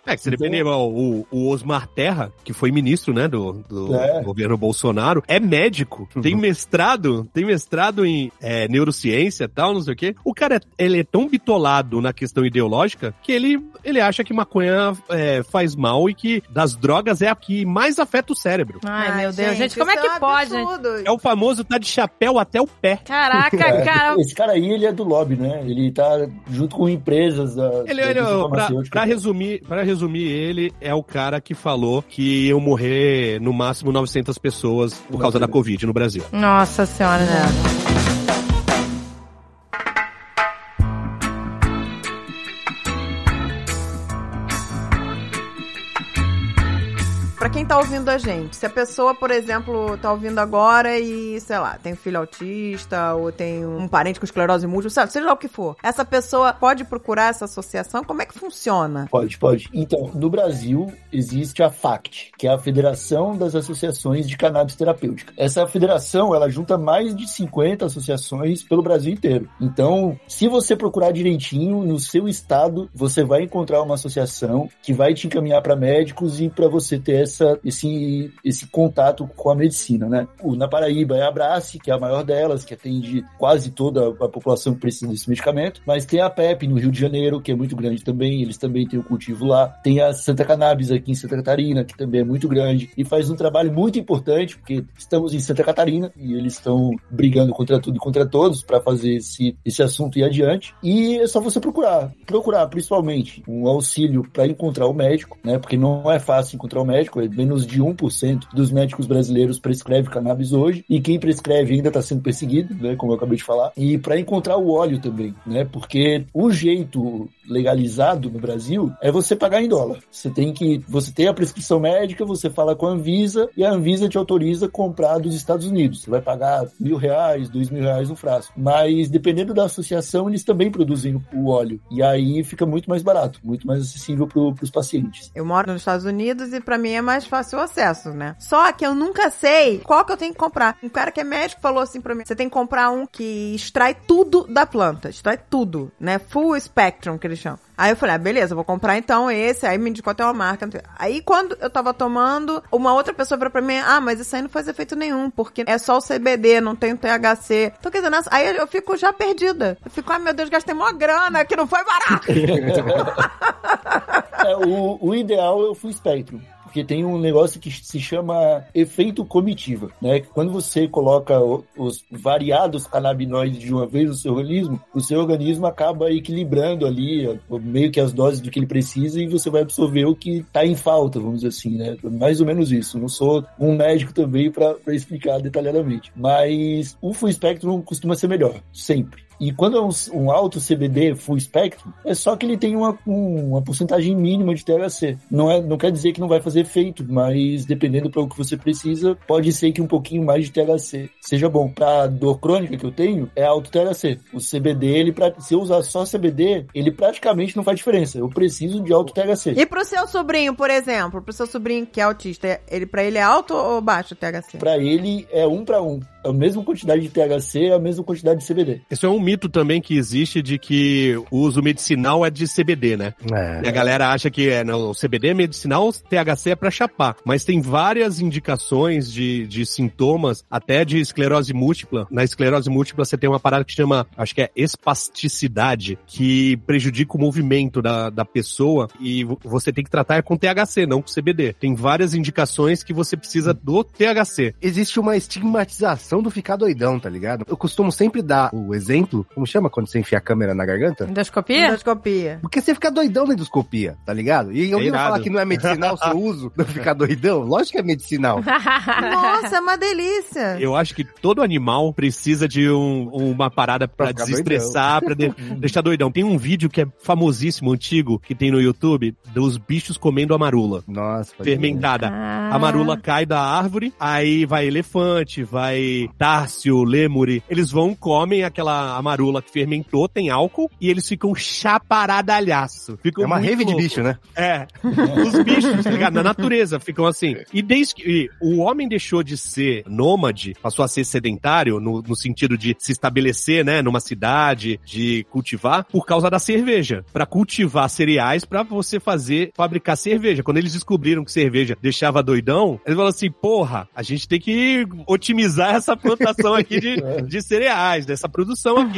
É, que se depender, ó, o, o Osmar Terra, que foi ministro, né, do, do É. governo Bolsonaro, é médico, tem mestrado, tem mestrado em é, neurociência e tal, não sei o quê. O cara, ele é tão bitolado na questão ideológica que ele, ele acha que maconha é, faz mal e que das drogas é a que mais afeta o cérebro. Ai, meu Deus, gente, como é isso que um pode, gente? absurdo. É o famoso tá de chapéu até o pé. Caraca, É, cara. esse cara aí, ele é do lobby, né? Ele tá junto com empresas da, Ele, da ele, indústria pra, farmacêutica. pra resumir, pra resumir, ele é o cara que falou que iam morrer no máximo novecentas pessoas por causa da Covid no Brasil. Nossa senhora, né? Pra quem tá ouvindo a gente, se a pessoa, por exemplo, tá ouvindo agora e, sei lá, tem um filho autista ou tem um parente com esclerose múltipla, sabe, seja lá o que for, essa pessoa pode procurar essa associação? Como é que funciona? Pode, pode. Então, no Brasil, existe a FACT, que é a Federação das Associações de Cannabis Terapêutica. Essa federação, ela junta mais de cinquenta associações pelo Brasil inteiro. Então, se você procurar direitinho, no seu estado, você vai encontrar uma associação que vai te encaminhar para médicos e para você ter essa, esse, esse contato com a medicina, né? O, na Paraíba é a Abrace, que é a maior delas, que atende quase toda a população que precisa desse medicamento, mas tem a P E P no Rio de Janeiro, que é muito grande também, eles também têm o cultivo lá. Tem a Santa Cannabis aqui em Santa Catarina, que também é muito grande e faz um trabalho muito importante, porque estamos em Santa Catarina e eles estão brigando contra tudo e contra todos para fazer esse, esse assunto ir adiante. E é só você procurar, procurar principalmente um auxílio para encontrar o médico, né? Porque não é fácil encontrar o médico, é menos de um por cento dos médicos brasileiros prescreve cannabis hoje, e quem prescreve ainda está sendo perseguido, né? Como eu acabei de falar. E para encontrar o óleo também, né? Porque o jeito legalizado no Brasil é você pagar em dólar. Você tem que, você tem a prescrição médica, você fala com a Anvisa e a Anvisa te autoriza a comprar dos Estados Unidos. Você vai pagar mil reais, dois mil reais no frasco. Mas dependendo da associação, eles também produzem o óleo. E aí fica muito mais barato, muito mais acessível para os pacientes. Eu moro nos Estados Unidos e pra mim é mais fácil o acesso, né? Só que eu nunca sei qual que eu tenho que comprar. Um cara que é médico falou assim pra mim, você tem que comprar um que extrai tudo da planta, extrai tudo, né? Full spectrum, que eles chamam. Aí eu falei, ah, beleza, eu vou comprar então esse. Aí me indicou até uma marca. Aí quando eu tava tomando, uma outra pessoa falou pra mim, ah, mas isso aí não faz efeito nenhum, porque é só o C B D, não tem o T H C. Então, quer dizer, nessa... aí eu fico já perdida. Eu fico, ai meu Deus, gastei mó grana, que não foi barato. É, o, o ideal é o full spectrum. Porque tem um negócio que se chama efeito comitiva, né? Quando você coloca os variados canabinoides de uma vez no seu organismo, o seu organismo acaba equilibrando ali meio que as doses do que ele precisa e você vai absorver o que tá em falta, vamos dizer assim, né? Mais ou menos isso. Não sou um médico também para explicar detalhadamente. Mas o full spectrum costuma ser melhor, sempre. E quando é um, um alto C B D full spectrum, é só que ele tem uma, um, uma porcentagem mínima de T H C. Não, é, não quer dizer que não vai fazer efeito, mas dependendo para o que você precisa, pode ser que um pouquinho mais de T H C seja bom. Para dor crônica que eu tenho, é alto T H C. O C B D, ele, pra, se eu usar só C B D, ele praticamente não faz diferença. Eu preciso de alto T H C. E pro seu sobrinho, por exemplo, pro seu sobrinho que é autista, ele, pra ele é alto ou baixo o T H C? Para ele é um para um. É a mesma quantidade de T H C, é a mesma quantidade de C B D. Isso é um mito também que existe de que o uso medicinal é de C B D, né? É. E a galera acha que é, não, o C B D é medicinal, o T H C é pra chapar. Mas tem várias indicações de, de sintomas, até de esclerose múltipla. Na esclerose múltipla você tem uma parada que chama, acho que é espasticidade, que prejudica o movimento da, da pessoa e você tem que tratar com T H C, não com C B D. Tem várias indicações que você precisa do T H C. Existe uma estigmatização do ficar doidão, tá ligado? Eu costumo sempre dar o exemplo, como chama quando você enfia a câmera na garganta? Endoscopia? Endoscopia. Porque você fica doidão na endoscopia, tá ligado? E alguém vai irado. falar que não é medicinal o seu uso do ficar doidão? Lógico que é medicinal. Nossa, é uma delícia. Eu acho que todo animal precisa de um, uma parada pra, Pra ficar desestressar, pra de- deixar doidão. Tem um vídeo que é famosíssimo, antigo, que tem no YouTube, dos bichos comendo a marula. Nossa. pode ver. Fermentada. Ah. A marula cai da árvore, aí vai elefante, vai Lemuri, Tárcio, Lemuri, eles vão, comem aquela amarula que fermentou, tem álcool, e eles ficam chaparadalhaço. Ficam É uma muito rave de louco. bicho, né? É. Os bichos, tá ligado? Na natureza, ficam assim. E desde que e o homem deixou de ser nômade, passou a ser sedentário, no, no sentido de se estabelecer, né, numa cidade, de cultivar, por causa da cerveja. Pra cultivar cereais, pra você fazer, fabricar cerveja. Quando eles descobriram que cerveja deixava doidão, eles falaram assim, porra, a gente tem que otimizar essa plantação aqui de, de cereais, dessa produção aqui.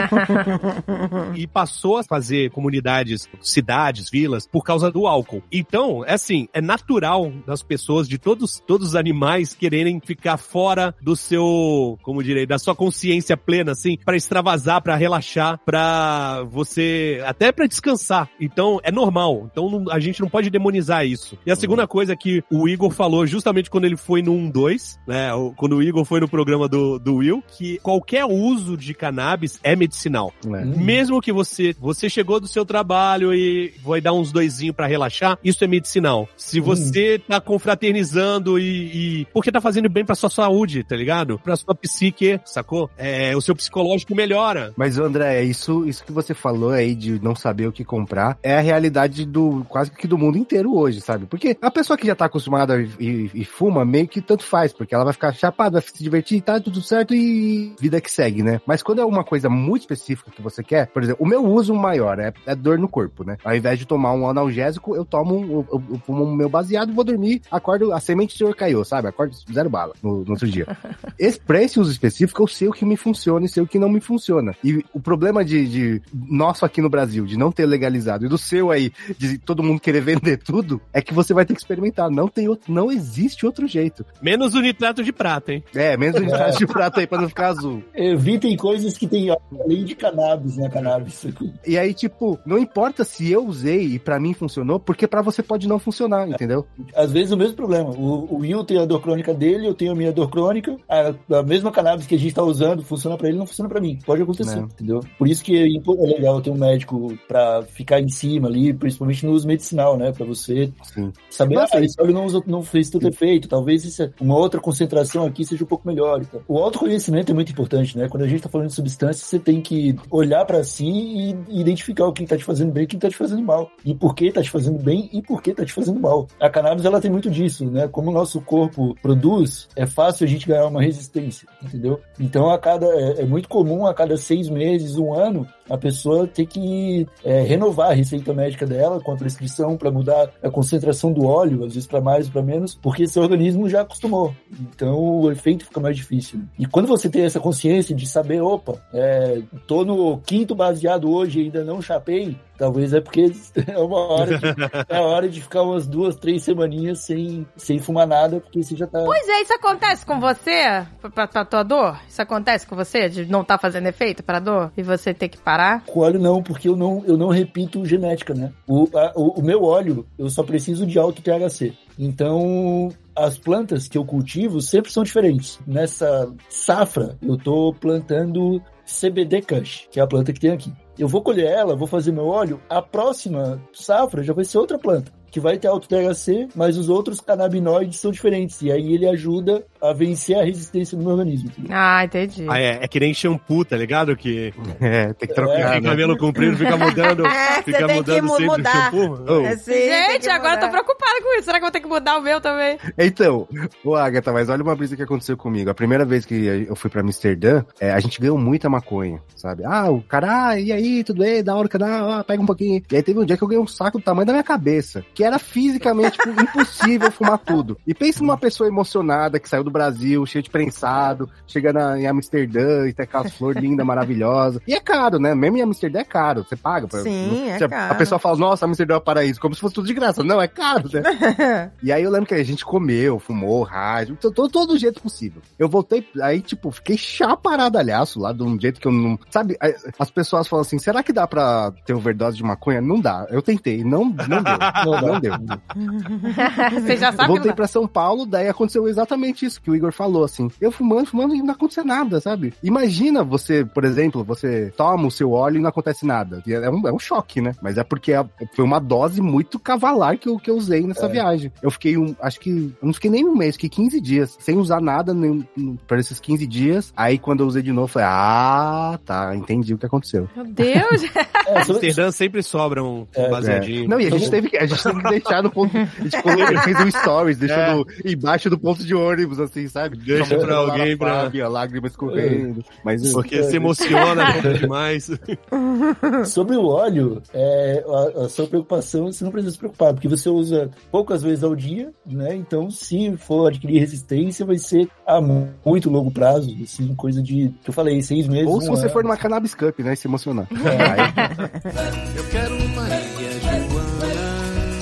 E passou a fazer comunidades, cidades, vilas, por causa do álcool. Então, é assim, é natural das pessoas, de todos, todos os animais, quererem ficar fora do seu, como direi, da sua consciência plena, assim, pra extravasar, pra relaxar, pra você, até pra descansar. Então, é normal. Então, não, a gente não pode demonizar isso. E a segunda coisa que o Igor falou, justamente quando ele foi no um dois, né, quando o Igor foi no programa do, do Will, que qualquer uso de cannabis é medicinal. É. Mesmo que você, você chegou do seu trabalho e vai dar uns doisinhos pra relaxar, isso é medicinal. Se você tá confraternizando e, e... porque tá fazendo bem pra sua saúde, tá ligado? Pra sua psique, sacou? É, o seu psicológico melhora. Mas, André, isso, isso que você falou aí de não saber o que comprar é a realidade do quase que do mundo inteiro hoje, sabe? Porque a pessoa que já tá acostumada e, e, e fuma, meio que tanto faz, porque ela vai ficar chapada, vai se divertir, tá tudo certo e vida que segue, né? Mas quando é uma coisa muito específica que você quer, por exemplo, o meu uso maior é, é dor no corpo, né? Ao invés de tomar um analgésico, eu tomo, eu, eu, eu fumo o meu baseado, vou dormir, acordo, a semente de caiu, sabe? Acordo zero bala no, no outro dia. Esse, pra esse uso específico, eu sei o que me funciona e sei o que não me funciona. E o problema de, de nosso aqui no Brasil, de não ter legalizado, e do seu aí, de todo mundo querer vender tudo, é que você vai ter que experimentar. Não tem outro, não existe outro jeito. Menos o nitrato de prata, hein? É, menos o nitrato de prata aí pra não ficar azul. Evitem coisas que tem além de cannabis, né? Cannabis. E aí, tipo, não importa se eu usei e pra mim funcionou, porque pra você pode não funcionar, entendeu? Às vezes o mesmo problema. O, o Will tem a dor crônica dele, eu tenho a minha dor crônica. A, a mesma cannabis que a gente tá usando funciona pra ele, não funciona pra mim. Pode acontecer, É. entendeu? Por isso que é legal ter um médico pra ficar em cima ali, principalmente no uso medicinal, né? Pra você Sim. saber, Mas, ah, esse óleo não, usa- não fez tanto efeito, talvez isso, uma outra concentração aqui seja um pouco melhor. Então. O autoconhecimento é muito importante, né? Quando a gente tá falando de substância, você tem que olhar pra si e identificar o que tá te fazendo bem e o que tá te fazendo mal. E por que tá te fazendo bem e por que tá te fazendo mal. A cannabis, ela tem muito disso, né? Como o nosso corpo produz, é fácil a gente ganhar uma resistência, entendeu? Então, a cada, é, é muito comum a cada seis meses, um ano, a pessoa ter que é, renovar a receita médica dela com a prescrição para mudar a concentração do óleo, às vezes para mais ou para menos, porque seu organismo já acostumou. Então o efeito fica mais difícil. E quando você tem essa consciência de saber, opa, é, tô no quinto baseado hoje e ainda não chapei, talvez é porque é uma hora de, é a hora de ficar umas duas, três semaninhas sem, sem fumar nada, porque você já tá... Pois é, isso acontece com você, pra, pra tua dor? Isso acontece com você, de não tá fazendo efeito pra dor? E você ter que parar? Com óleo não, porque eu não, eu não repito genética, né? O, a, o, o meu óleo, eu só preciso de alto T H C. Então, as plantas que eu cultivo sempre são diferentes. Nessa safra, eu tô plantando C B D Kush, que é a planta que tem aqui. Eu vou colher ela, vou fazer meu óleo, a próxima safra já vai ser outra planta, que vai ter alto T H C, mas os outros canabinoides são diferentes. E aí ele ajuda a vencer a resistência do meu organismo. Entendeu? Ah, entendi. Ah, é, é que nem shampoo, tá ligado? Que É, tem que trocar, tem né? cabelo comprido, fica mudando, É, fica você tem mudando que sempre mudar. de shampoo. Oh. É, sim, tem Gente, que agora eu tô mudar. preocupada com isso. Será que eu vou ter que mudar o meu também? Então, ô Agatha, mas olha uma brisa que aconteceu comigo. A primeira vez que eu fui pra Amsterdã, é, a gente ganhou muita maconha, sabe? Ah, o cara, ah, e aí, tudo bem? Da hora o canal, ah, pega um pouquinho. E aí teve um dia que eu ganhei um saco do tamanho da minha cabeça, que era fisicamente tipo, impossível fumar tudo. E pensa numa pessoa emocionada que saiu do Brasil, cheio de prensado, chega na, em Amsterdã e tem aquelas flores lindas, maravilosas. E é caro, né? Mesmo em Amsterdã é caro, você paga. Pra, Sim, não, é se a, caro. a pessoa fala, nossa, Amsterdã é um paraíso, como se fosse tudo de graça. Não, é caro, né? E aí eu lembro que a gente comeu, fumou, rádio, todo, todo jeito possível. Eu voltei, aí tipo, fiquei chaparadalhaço lá, de um jeito que eu não... Sabe, as pessoas falam assim, será que dá pra ter overdose de maconha? Não dá. Eu tentei, não, não deu. Não dá. Não deu. Você já Eu sabe voltei que pra São Paulo, daí aconteceu exatamente isso que o Igor falou, assim. Eu fumando, fumando e não aconteceu nada, sabe? Imagina você, por exemplo, você toma o seu óleo e não acontece nada. É um, é um choque, né? Mas é porque é, foi uma dose muito cavalar que eu, que eu usei nessa É. viagem. Eu fiquei um, acho que, eu não fiquei nem um mês, fiquei quinze dias, sem usar nada nem, por esses quinze dias. Aí quando eu usei de novo, eu falei, ah, tá, entendi o que aconteceu. Meu Deus. É, sobre- Amsterdã sempre sobra um É, baseadinho. Não, e a gente teve que, a gente teve que deixar no ponto. A gente colocou, fez um stories, deixou É. no, embaixo do ponto de ônibus, assim, sabe? Deixa Chamando pra lá na alguém pra- Flávia, lágrimas correndo. Mas Porque se emociona compra demais. Sobre o óleo, é, a, a sua preocupação, você não precisa se preocupar, porque você usa poucas vezes ao dia, né? Então, se for adquirir resistência, vai ser a muito longo prazo, assim, coisa de, que eu falei, seis meses. ou se um você ano. for numa Cannabis Cup, né, e se emocionar. Aí, Eu quero uma ilha Joana.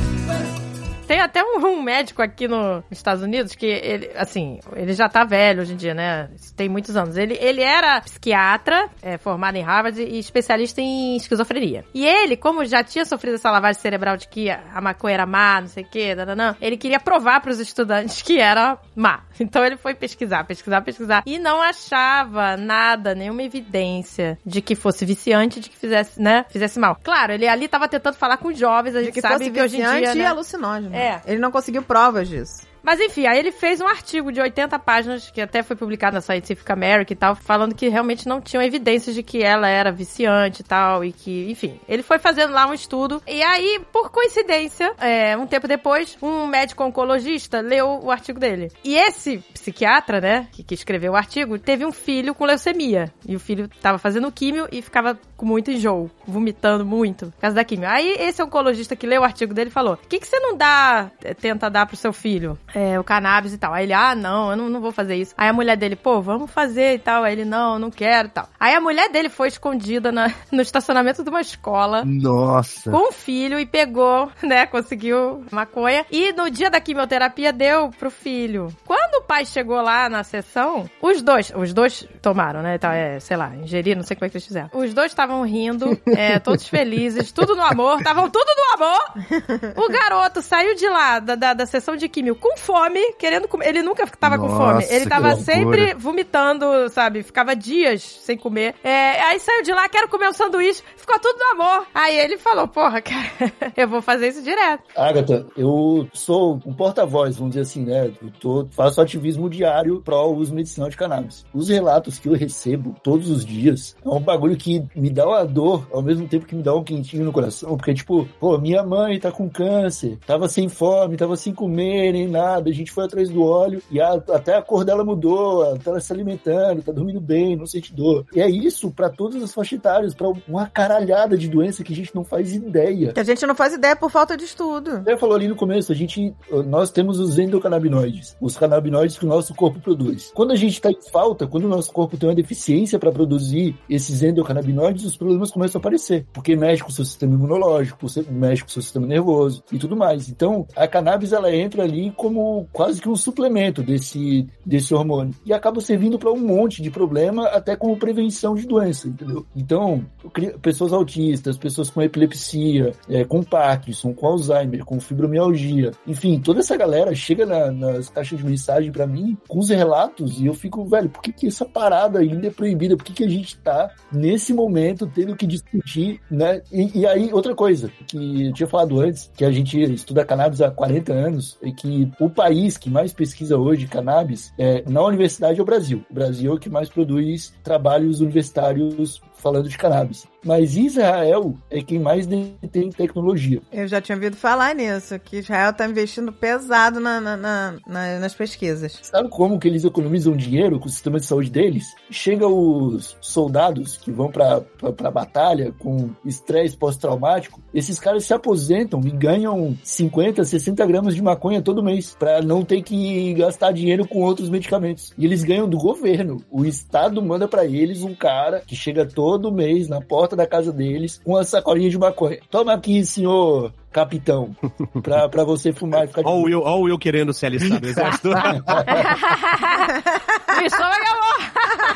Tem até um, um médico aqui no, nos Estados Unidos que ele, assim, ele já tá velho hoje em dia, né? Isso tem muitos anos. Ele, ele era psiquiatra, é, formado em Harvard e especialista em esquizofrenia. E ele, como já tinha sofrido essa lavagem cerebral de que a maconha era má, não sei o quê, nananã, ele queria provar pros estudantes que era má. Então ele foi pesquisar, pesquisar, pesquisar. E não achava nada, nenhuma evidência de que fosse viciante, de que fizesse, né, fizesse mal. Claro, ele ali tava tentando falar com os jovens, a De gente que sabe fosse que hoje em viciante dia, e né? alucinógeno. É. Ele não conseguiu provas disso. Mas enfim, aí ele fez um artigo de oitenta páginas, que até foi publicado na Scientific American e tal, falando que realmente não tinham evidências de que ela era viciante e tal, e que, enfim, ele foi fazendo lá um estudo, e aí, por coincidência, é, um tempo depois, um médico oncologista leu o artigo dele. E esse psiquiatra, né, que, que escreveu o artigo, teve um filho com leucemia, e o filho tava fazendo químio e ficava com muito enjoo, vomitando muito, por causa da químio. Aí esse oncologista que leu o artigo dele falou, o que que você não dá, tenta dar pro seu filho? É, o cannabis e tal. Aí ele, ah, não, eu não, não vou fazer isso. Aí a mulher dele, pô, vamos fazer e tal. Aí ele, não, não quero e tal. Aí a mulher dele foi escondida na, no estacionamento de uma escola nossa. com o filho e pegou, né, conseguiu maconha. E no dia da quimioterapia deu pro filho. Quando o pai chegou lá na sessão, os dois, os dois tomaram, né, então, é, sei lá, ingeriram, não sei como é que eles fizeram. Os dois estavam rindo, é, todos felizes, tudo no amor, estavam tudo no amor. O garoto saiu de lá, da, da, da sessão de químio, com fome, querendo comer. Ele nunca tava com Nossa, fome. Ele que tava loucura. sempre vomitando, sabe? Ficava dias sem comer. É, aí saiu de lá, quero comer um sanduíche. Ficou tudo no amor. Aí ele falou, porra, cara, eu vou fazer isso direto. Agatha, eu sou um porta-voz, vamos dizer assim, né? Eu tô, faço ativismo diário pró uso medicinal de cannabis. Os relatos que eu recebo todos os dias é um bagulho que me dá uma dor, ao mesmo tempo que me dá um quentinho no coração, porque, tipo, pô, minha mãe tá com câncer, tava sem fome, tava sem comer, nem nada, a gente foi atrás do óleo e a, até a cor dela mudou, ela tá se alimentando, tá dormindo bem, não sente dor. E é isso pra todas as faixas etárias, pra uma caralhada de doença que a gente não faz ideia. Que a gente não faz ideia por falta de estudo. Você falou ali no começo, a gente, nós temos os endocannabinoides, os canabinoides que o nosso corpo produz. Quando a gente está em falta, quando o nosso corpo tem uma deficiência para produzir esses endocannabinoides, os problemas começam a aparecer, porque mexe com o seu sistema imunológico, mexe com o seu sistema nervoso e tudo mais. Então, a cannabis, ela entra ali como quase que um suplemento desse, desse hormônio e acaba servindo para um monte de problema, até como prevenção de doença, entendeu? Então, pessoas autistas, pessoas com epilepsia, é, com Parkinson, com Alzheimer, com fibromialgia, enfim, toda essa galera chega na, nas caixas de mensagem pra mim com os relatos e eu fico, velho, por que que essa parada ainda é proibida? Por que que a gente tá, nesse momento, tendo que discutir, né? E, e aí, outra coisa que eu tinha falado antes, que a gente estuda cannabis há quarenta anos, é que o país que mais pesquisa hoje cannabis é, na universidade é o Brasil. O Brasil é o que mais produz trabalhos universitários falando de cannabis. Mas Israel é quem mais tem tecnologia. Eu já tinha ouvido falar nisso, que Israel tá investindo pesado na, na, na, na, nas pesquisas. Sabe como que eles economizam dinheiro com o sistema de saúde deles? Chega os soldados que vão pra, pra, pra batalha com estresse pós-traumático, esses caras se aposentam e ganham cinquenta, sessenta gramas de maconha todo mês, pra não ter que gastar dinheiro com outros medicamentos. E eles ganham do governo. O Estado manda pra eles um cara que chega todo mês na porta da casa deles com uma sacolinha de maconha. Toma aqui, senhor capitão, pra, pra você fumar e ficar de Ó o Will, ó o Will querendo se alistar no exército. Me chama, amor!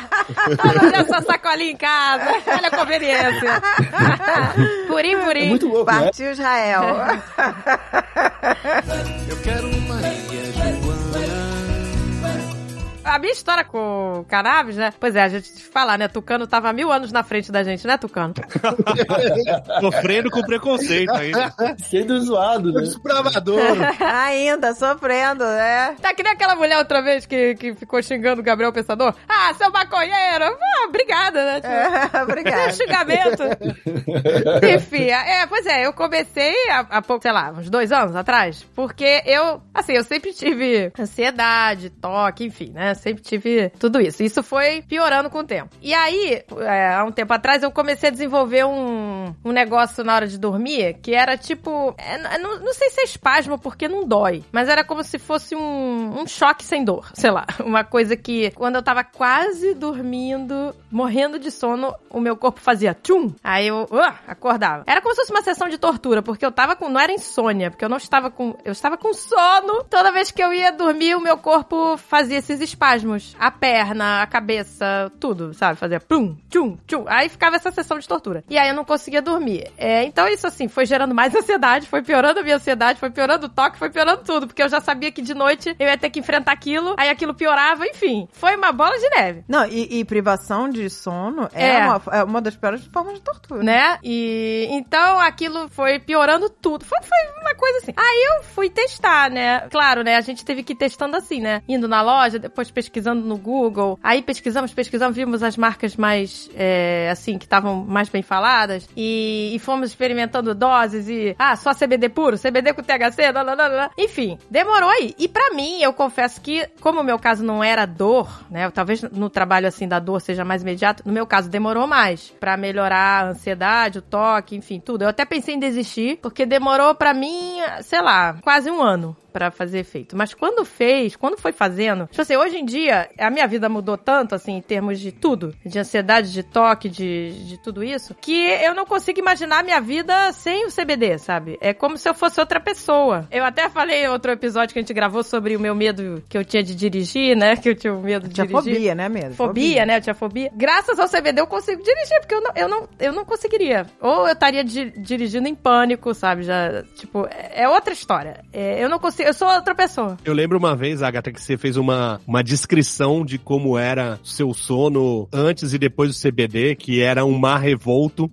Olha essa sacolinha em casa. Olha a conveniência. Purim, purim. É muito louco, né? Partiu Israel. Eu quero uma Maria Joana. A minha história com o cannabis, né? Pois é, a gente te falar, né? Tucano tava mil anos na frente da gente, né, Tucano? Sofrendo com preconceito ainda. Sendo zoado, né? Desbravador. Ainda, sofrendo, né? Tá que nem aquela mulher outra vez que, que ficou xingando o Gabriel Pensador. Ah, seu maconheiro! Ah, obrigada, né? Tipo, É, obrigada. xingamento. Enfim, é, pois é, eu comecei há, há pouco, sei lá, uns dois anos atrás, porque eu, assim, eu sempre tive ansiedade, toque, enfim, né? Sempre tive tudo isso. Isso foi piorando com o tempo. E aí, é, há um tempo atrás, eu comecei a desenvolver um, um negócio na hora de dormir, que era tipo, é, não, não sei se é espasmo, porque não dói, mas era como se fosse um, um choque sem dor, sei lá. Uma coisa que, quando eu tava quase dormindo, morrendo de sono, o meu corpo fazia tchum. Aí eu uh, acordava. Era como se fosse uma sessão de tortura, porque eu tava com, não era insônia, porque eu não estava com, eu estava com sono. Toda vez que eu ia dormir, o meu corpo fazia esses espasmos. A perna, a cabeça, tudo, sabe? Fazia plum, tchum, tchum. Aí ficava essa sessão de tortura. E aí eu não conseguia dormir. É, então isso, assim, foi gerando mais ansiedade, foi piorando a minha ansiedade, foi piorando o toque, foi piorando tudo. Porque eu já sabia que de noite eu ia ter que enfrentar aquilo, aí aquilo piorava, enfim. Foi uma bola de neve. Não, e, e privação de sono é, É. Uma, é uma das piores formas de tortura. Né? E então aquilo foi piorando tudo. Foi, foi uma coisa assim. Aí eu fui testar, né? Claro, né? A gente teve que ir testando assim, né? Indo na loja, depois pesquisando no Google. Aí pesquisamos, pesquisamos, vimos as marcas mais, é, assim, que estavam mais bem faladas. E, e fomos experimentando doses e... Ah, só C B D puro? C B D com T H C? Lá, lá, lá, lá. Enfim, demorou aí. E pra mim, eu confesso que, como o meu caso não era dor, né? Talvez no trabalho, assim, da dor seja mais imediato. No meu caso, demorou mais pra melhorar a ansiedade, o toque, enfim, tudo. Eu até pensei em desistir, porque demorou pra mim, sei lá, quase um ano pra fazer efeito. Mas quando fez, quando foi fazendo... Tipo assim, hoje em dia, a minha vida mudou tanto, assim, em termos de tudo. De ansiedade, de toque, de, de tudo isso, que eu não consigo imaginar a minha vida sem o C B D, sabe? É como se eu fosse outra pessoa. Eu até falei em outro episódio que a gente gravou sobre o meu medo que eu tinha de dirigir, né? Que eu tinha o medo de Tinha dirigir. fobia, né, mesmo? Fobia, né? Eu tinha fobia. Graças ao C B D eu consigo dirigir, porque eu não, eu não, eu não conseguiria. Ou eu estaria di- dirigindo em pânico, sabe? Já, tipo, é, é outra história. É, eu não consigo, eu sou outra pessoa. Eu lembro uma vez, Agatha, que você fez uma, uma descrição de como era seu sono antes e depois do C B D, que era um mar revolto,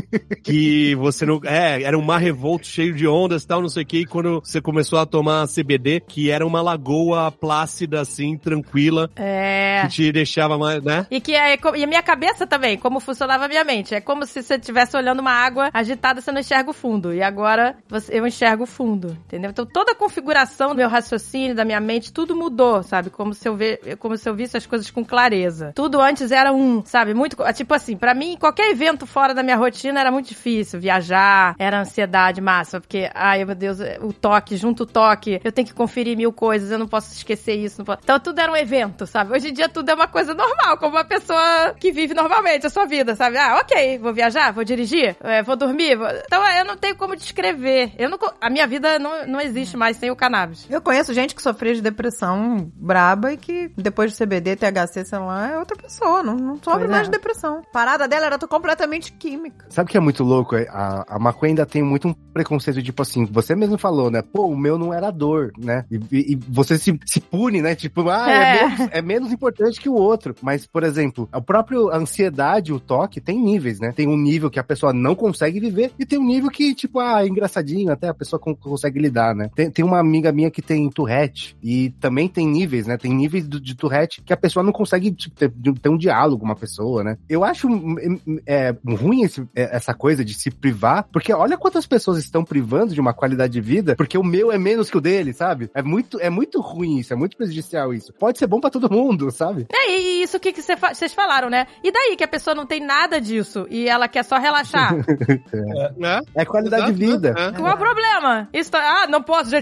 que você não... É, era um mar revolto cheio de ondas e tal, não sei o que, e quando você começou a tomar C B D, que era uma lagoa plácida, assim, tranquila, É... que te deixava mais, né? E que é, e a minha cabeça também, como funcionava a minha mente. É como se você estivesse olhando uma água agitada, você não enxerga o fundo. E agora você, eu enxergo o fundo, entendeu? Então toda a configuração do meu raciocínio, da minha mente, tudo mudou, sabe? Como se eu, ve, como se eu visse as coisas com clareza. Tudo antes era um, sabe? Muito, tipo assim, pra mim, qualquer evento fora da minha rotina era muito difícil. Viajar, era ansiedade máxima, porque, ai meu Deus, o toque, junto o toque, eu tenho que conferir mil coisas, eu não posso esquecer isso. Não posso... Então tudo era um evento, sabe? Hoje em dia tudo é uma coisa normal, como uma pessoa que vive normalmente a sua vida, sabe? Ah, ok, vou viajar, vou dirigir, é, vou dormir. Vou... Então eu não tenho como descrever. Eu não, a minha vida não, não existe mais sem o cannabis. Eu conheço gente que sofria de depressão braba e que depois de C B D, T H C, sei lá, é outra pessoa, não, não sofre Pois mais é. de depressão. A parada dela era completamente química. Sabe o que é muito louco? A, a maconha ainda tem muito um preconceito, tipo assim, você mesmo falou, né? Pô, o meu não era dor, né? E, e- e você se, se pune, né? Tipo, ah, é, É. menos, é menos importante que o outro. Mas, por exemplo, a própria ansiedade, o toque, tem níveis, né? Tem um nível que a pessoa não consegue viver e tem um nível que, tipo, ah, é engraçadinho, até a pessoa con- consegue lidar, né? Tem, tem uma amiga minha que tem Tourette e também tem níveis, né? Tem níveis do- de Tourette que a pessoa não consegue tipo, ter, de- ter um diálogo com uma pessoa, né? Eu acho hum, hum, é, ruim esse- é, essa coisa de se privar, porque olha quantas pessoas estão privando de uma qualidade de vida, porque o meu é menos que o dele, sabe? É muito, é muito ruim isso, é muito prejudicial isso. Pode ser bom pra todo mundo, sabe? É, e isso que que cê fa- vocês falaram, né? E daí que a pessoa não tem nada disso e ela quer só relaxar? É. É qualidade de Exato, vida. né? Qual é o problema? Isso tá... Ah, não posso, gente, ó, é só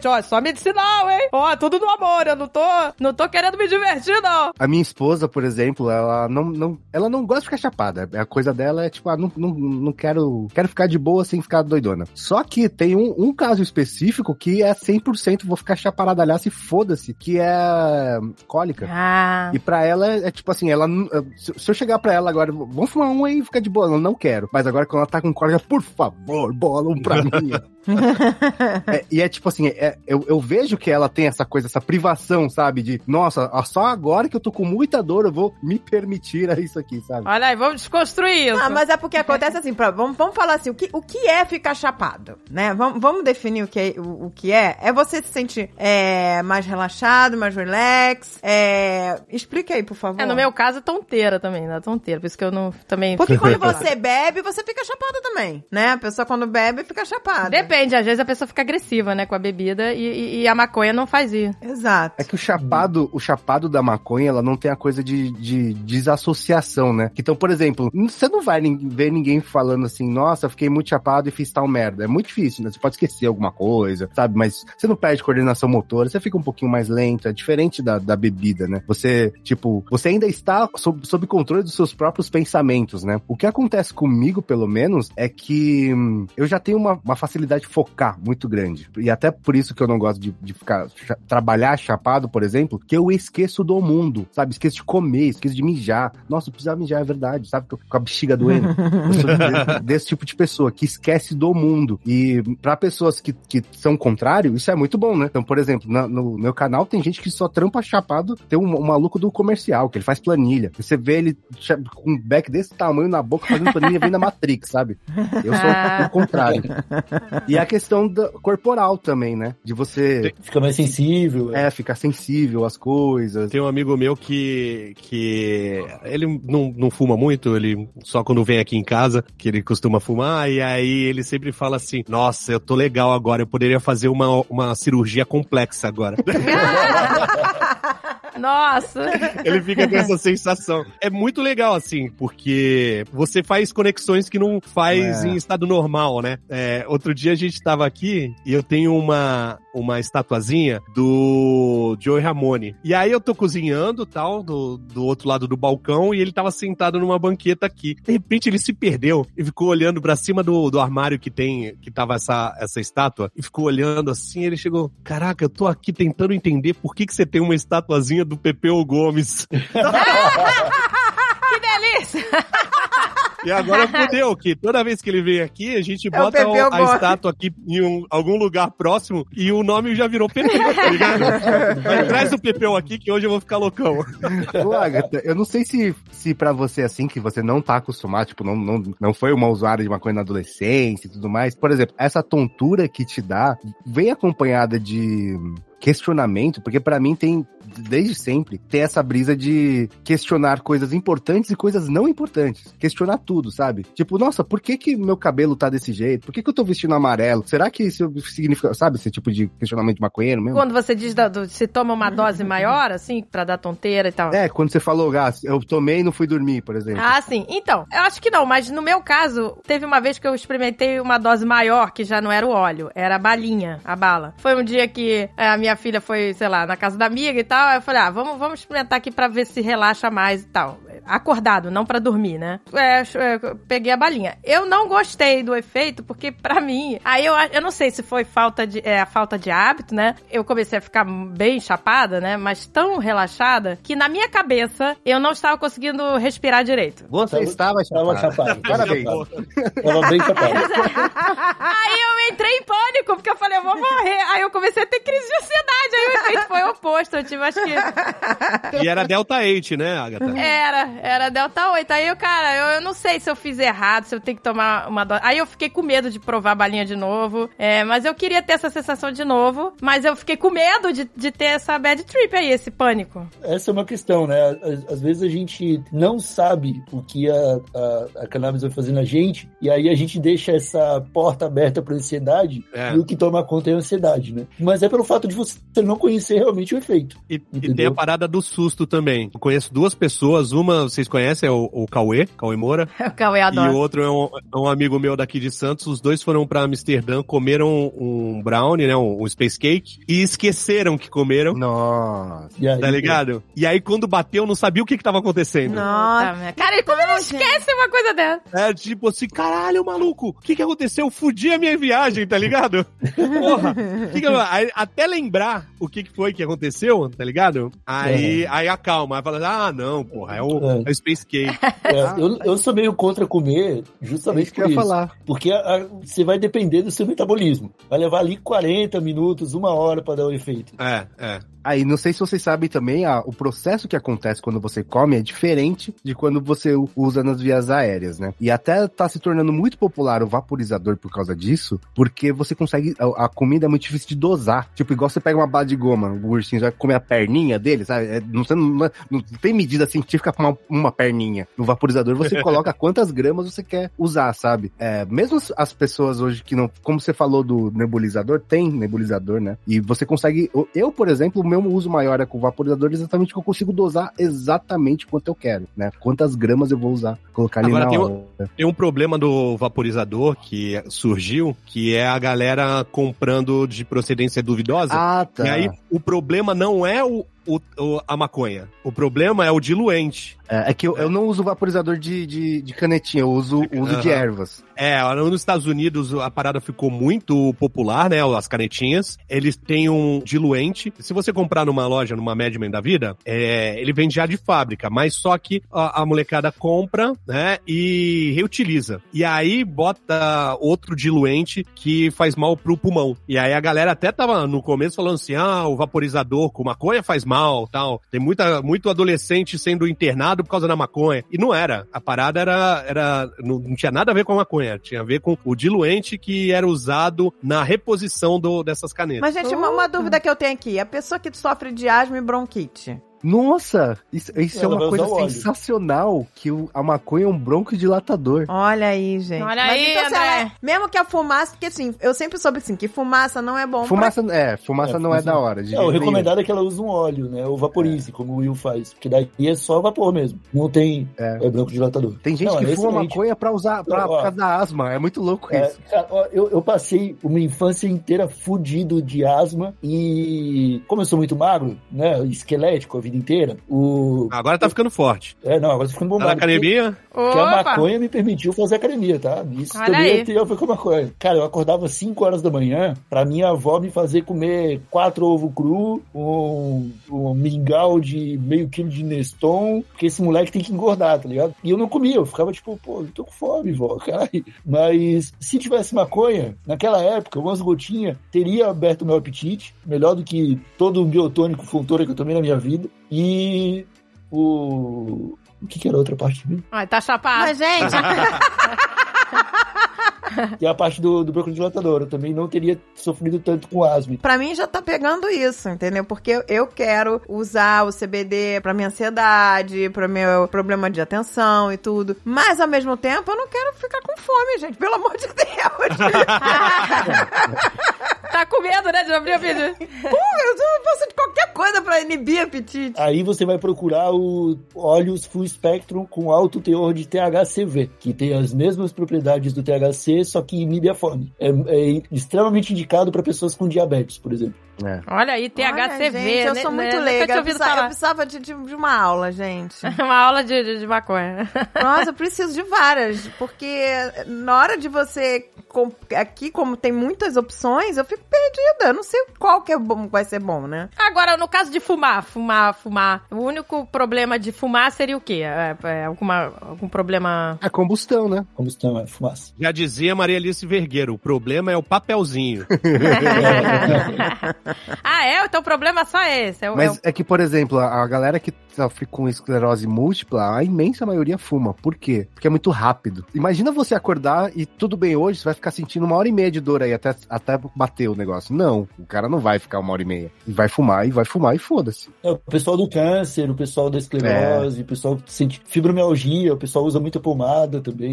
medicinal, hein? Ó, tudo no amor, eu não tô, não tô querendo me divertir, não. A minha esposa, por exemplo, ela não, não, ela não gosta de ficar chapada. A coisa dela é tipo, ah, não, não, não quero, quero ficar de boa sem ficar doidona. Só que tem um, um caso específico que é cem por cento vou ficar chaparadalhaço e foda-se, que é cólica. Ah. E pra ela, é tipo assim, ela se eu chegar pra ela agora, vamos fumar um aí e ficar de boa, ela não quero. Mas agora quando ela tá com cólica, por favor, bola um pra mim. É, e é tipo assim, é, eu, eu vejo que ela tem essa coisa, essa privação, sabe? De, nossa, só agora que eu tô com muita dor, eu vou me permitir a isso aqui, sabe? Olha aí, vamos desconstruir isso. Ah, mas é porque acontece assim, pra, vamos, vamos falar assim, o que, o que é ficar chapado, né? Vamos, vamos definir o que, é, o, o que é. É você se sentir é, mais relaxado, mais relax. É... Explica aí, por favor. É, no meu caso, tonteira também, né? Tonteira, por isso que eu não também... Porque quando você bebe, você fica chapado também, né? A pessoa quando bebe, fica chapada. Depende, às vezes a pessoa fica agressiva, né, com a bebida e, e, e a maconha não faz isso. Exato. É que o chapado, o chapado da maconha, ela não tem a coisa de, de desassociação, né? Então, por exemplo, você não vai ver ninguém falando assim, nossa, fiquei muito chapado e fiz tal merda. É muito difícil, né? Você pode esquecer alguma coisa, sabe? Mas você não perde coordenação motora, você fica um pouquinho mais lento, é diferente da, da bebida, né? Você, tipo, você ainda está sob, sob controle dos seus próprios pensamentos, né? O que acontece comigo, pelo menos, é que hum, eu já tenho uma, uma facilidade de focar muito grande. E até por isso que eu não gosto de, de ficar, trabalhar chapado, por exemplo, que eu esqueço do mundo, sabe? Esqueço de comer, esqueço de mijar. Nossa, eu precisava mijar, é verdade, sabe? Com a bexiga doendo. Eu sou desse, desse tipo de pessoa, que esquece do mundo. E pra pessoas que, que são contrário, isso é muito bom, né? Então, por exemplo, na, no meu canal tem gente que só trampa chapado, tem um, um maluco do comercial, que ele faz planilha. Você vê ele com um beck desse tamanho na boca fazendo planilha, vem da Matrix, sabe? Eu sou o contrário. E a questão da, corporal também, né? De você... Fica mais sensível. É, ficar sensível às coisas. Tem um amigo meu que, que ele não, não fuma muito, ele só quando vem aqui em casa, que ele costuma fumar, e aí ele sempre fala assim, nossa, eu tô legal agora, eu poderia fazer uma, uma cirurgia complexa agora. Nossa! Ele fica com essa sensação. É muito legal, assim, porque você faz conexões que não faz é. em estado normal, né? É, outro dia a gente tava aqui e eu tenho uma, uma estatuazinha do Joey Ramone. E aí eu tô cozinhando, tal, do, do outro lado do balcão, e ele tava sentado numa banqueta aqui. De repente ele se perdeu e ficou olhando pra cima do, do armário que tem, que tava essa, essa estátua, e ficou olhando assim, e ele chegou, caraca, eu tô aqui tentando entender por que que você tem uma estatuazinha do Pepeu Gomes. Que delícia! E agora fudeu, que toda vez que ele vem aqui, a gente bota é a, a estátua aqui em um, algum lugar próximo e o nome já virou Pepeu, tá ligado? Mas traz o Pepeu aqui que hoje eu vou ficar loucão. Ô, Agatha, eu não sei se, se pra você, assim, que você não tá acostumado, tipo, não, não, não foi uma usuária de maconha na adolescência e tudo mais. Por exemplo, essa tontura que te dá vem acompanhada de questionamento, porque pra mim tem, desde sempre, tem essa brisa de questionar coisas importantes e coisas não importantes. Questionar tudo, sabe? Tipo, nossa, por que que meu cabelo tá desse jeito? Por que que eu tô vestindo amarelo? Será que isso significa, sabe, esse tipo de questionamento de maconheiro mesmo? Quando você diz, da, do, se toma uma dose maior, assim, pra dar tonteira e tal. É, quando você falou, ah, eu tomei e não fui dormir, por exemplo. Ah, sim. Então, eu acho que não, mas no meu caso, teve uma vez que eu experimentei uma dose maior, que já não era o óleo, era a balinha, a bala. Foi um dia que é, a minha filha foi, sei lá, na casa da amiga e tal, aí eu falei, ah, vamos, vamos experimentar aqui pra ver se relaxa mais e tal. Acordado, não pra dormir, né? É, eu peguei a balinha. Eu não gostei do efeito, porque pra mim, aí eu, eu não sei se foi falta de, é, a falta de hábito, né? Eu comecei a ficar bem chapada, né? Mas tão relaxada, que na minha cabeça, eu não estava conseguindo respirar direito. Você estava chapada. chapado. Parabéns. Tava bem chapado. Aí eu entrei em pânico, porque eu falei, eu vou morrer. Aí eu comecei a ter crise de ansiedade. Aí o efeito foi o oposto. Eu tive, acho que... E era Delta oito, né, Agatha? Era, era Delta oito. Aí eu, cara, eu, eu não sei se eu fiz errado, se eu tenho que tomar uma dose. Aí eu fiquei com medo de provar a balinha de novo. É, mas eu queria ter essa sensação de novo. Mas eu fiquei com medo de, de ter essa bad trip aí, esse pânico. Essa é uma questão, né? Às, às vezes a gente não sabe o que a, a, a cannabis vai fazer na gente, e aí a gente deixa essa porta aberta pra ansiedade, É. É. E o que toma conta é a ansiedade, né? Mas é pelo fato de você não conhecer realmente o efeito. E, e tem a parada do susto também. Eu conheço duas pessoas, uma vocês conhecem, é o, o Cauê, Cauê Moura. O Cauê E adora. o outro é um, é um amigo meu daqui de Santos. Os dois foram pra Amsterdã, comeram um brownie, né? Um, um space cake. E esqueceram que comeram. Nossa. E aí, Tá ligado? E aí, quando bateu, não sabia o que que tava acontecendo. Nossa. Puta, cara, ele como ele Não, esquece uma coisa dessa? É tipo assim, caralho, maluco, o que que aconteceu? Eu fudi a minha viagem, tá ligado? Porra, que que eu... aí, até lembrar o que que foi que aconteceu, tá ligado? Aí, É. aí acalma, aí fala, ah, não, porra, é o, É. é o Space Cake. É, eu, eu sou meio contra comer É justamente isso que eu por ia isso. falar. Porque a- a- você vai depender do seu metabolismo. Vai levar ali quarenta minutos, uma hora pra dar o efeito. É, é. Aí, não sei se vocês sabem também, ah, o processo que acontece quando você come é diferente de quando você o- usa nas vias aéreas, né? E até tá se tornando muito popular o vaporizador por causa disso, porque você consegue, a, a comida é muito difícil de dosar. Tipo, igual você pega uma bala de goma, o ursinho vai comer a perninha dele, sabe? É, não, tem- não, é- não tem medida científica pra uma, uma perninha. No vaporizador você coloca quantas gramas você quer usar, sabe? É, mesmo as, as pessoas hoje que não, como você falou do nebulizador, tem nebulizador, né? E você consegue, eu, eu, por exemplo, o meu uso maior é com o vaporizador exatamente que eu consigo dosar exatamente quanto eu quero, né? Quantas gramas eu vou usar, colocar ali Agora na tem hora. um- Tem um problema do vaporizador que surgiu, que é a galera comprando de procedência duvidosa. Ah, tá. E aí, o problema não é o, o- o- a maconha. O problema é o diluente. É, é que eu, eu não uso vaporizador de, de, de canetinha, eu uso, uso de Aham. ervas. É, nos Estados Unidos a parada ficou muito popular, né? As canetinhas. Eles têm um diluente. Se você comprar numa loja, numa Madman da vida, é, ele vem já de fábrica, mas só que a, a molecada compra, né? E reutiliza. E aí bota outro diluente que faz mal pro pulmão. E aí a galera até tava no começo falando assim, ah, o vaporizador com maconha faz mal, tal. Tem muita, muito adolescente sendo internado por causa da maconha. E não era. A parada era, era não, não tinha nada a ver com a maconha. Tinha a ver com o diluente que era usado na reposição do, dessas canetas. Mas, gente, uma, uma dúvida que eu tenho aqui. A pessoa que sofre de asma e bronquite. Nossa, isso, isso é Ela uma vai coisa usar o óleo. sensacional, que o- a maconha é um broncodilatador. Olha aí, gente. Olha Mas aí, então, se André. ela- mesmo que a fumaça, porque assim, eu sempre soube assim, que fumaça não é bom Fumaça, é, fumaça É, não é fumaça- da hora. De É, o jeito nenhum. recomendado é que ela use um óleo, né? Ou vaporize, como o Will faz. Porque daí é só vapor mesmo. Não tem É. é. broncodilatador. Tem gente Não, que é fuma excelente. maconha pra usar, pra, Ó, por causa da asma. É muito louco É, isso. cara, ó, eu, eu passei uma infância inteira fudido de asma e como eu sou muito magro, né, esquelético a vida inteira, o... Agora tá ficando forte. É, não, agora tô ficando Tá na bombado. porque- academia? Porque a Opa! maconha me permitiu fazer academia, tá? Isso Olha também aí. tem a ver com a maconha. Cara, eu acordava cinco horas da manhã pra minha avó me fazer comer quatro ovos cru, um, um mingau de meio quilo de Neston, porque esse moleque tem que engordar, tá ligado? E eu não comia, eu ficava tipo, pô, eu tô com fome, vó, caralho. Mas se tivesse maconha, naquela época, umas gotinhas, teria aberto meu apetite, melhor do que todo o biotônico fontoura que eu tomei na minha vida. E o... O que que era a outra parte mesmo? Ai, tá chapado. Mas, gente, E a parte do, do broncodilatador. Eu também não teria sofrido tanto com asma. pra mim já tá pegando isso, entendeu? Porque eu- eu quero usar o C B D pra minha ansiedade, pra meu problema de atenção e tudo. Mas, ao mesmo tempo, eu não quero ficar com fome, gente. Pelo amor de Deus. Tá com medo, né, de abrir o apetite? Pô, eu eu posso de qualquer coisa pra inibir apetite. Aí você vai procurar o óleos Full Spectrum com alto teor de T H C V, que tem as mesmas propriedades do T H C, só que inibe a fome. É, é extremamente indicado para pessoas com diabetes, por exemplo. É. Olha aí, T H C V. Olha, gente, eu né? sou muito Nunca leiga. tinha Eu ouvido precisava, eu falar. precisava de, de, de uma aula, gente. Uma aula de, de, de maconha. Nossa, eu preciso de várias, porque na hora de você... com- Aqui, como tem muitas opções, eu fico perdida. Eu não sei qual que é bom, vai ser bom, né? Agora, no caso de fumar, fumar, fumar, o único problema de fumar seria o quê? É, é alguma, algum problema... É combustão, né? Combustão, é fumaça. Já dizia Maria Alice Vergueiro, o problema é o papelzinho. Ah, é? Então o problema é só esse. É, o- é Mas o- é que, por exemplo, a a galera que sofre com esclerose múltipla, a imensa maioria fuma. Por quê? Porque é muito rápido. Imagina você acordar e tudo bem hoje, você vai ficar sentindo uma hora e meia de dor aí até, até bater o negócio. Não, o cara não vai ficar uma hora e meia. E vai fumar, e vai fumar, e foda-se. É, o pessoal do câncer, o pessoal da esclerose, o pessoal que sente fibromialgia, o pessoal usa muita pomada também.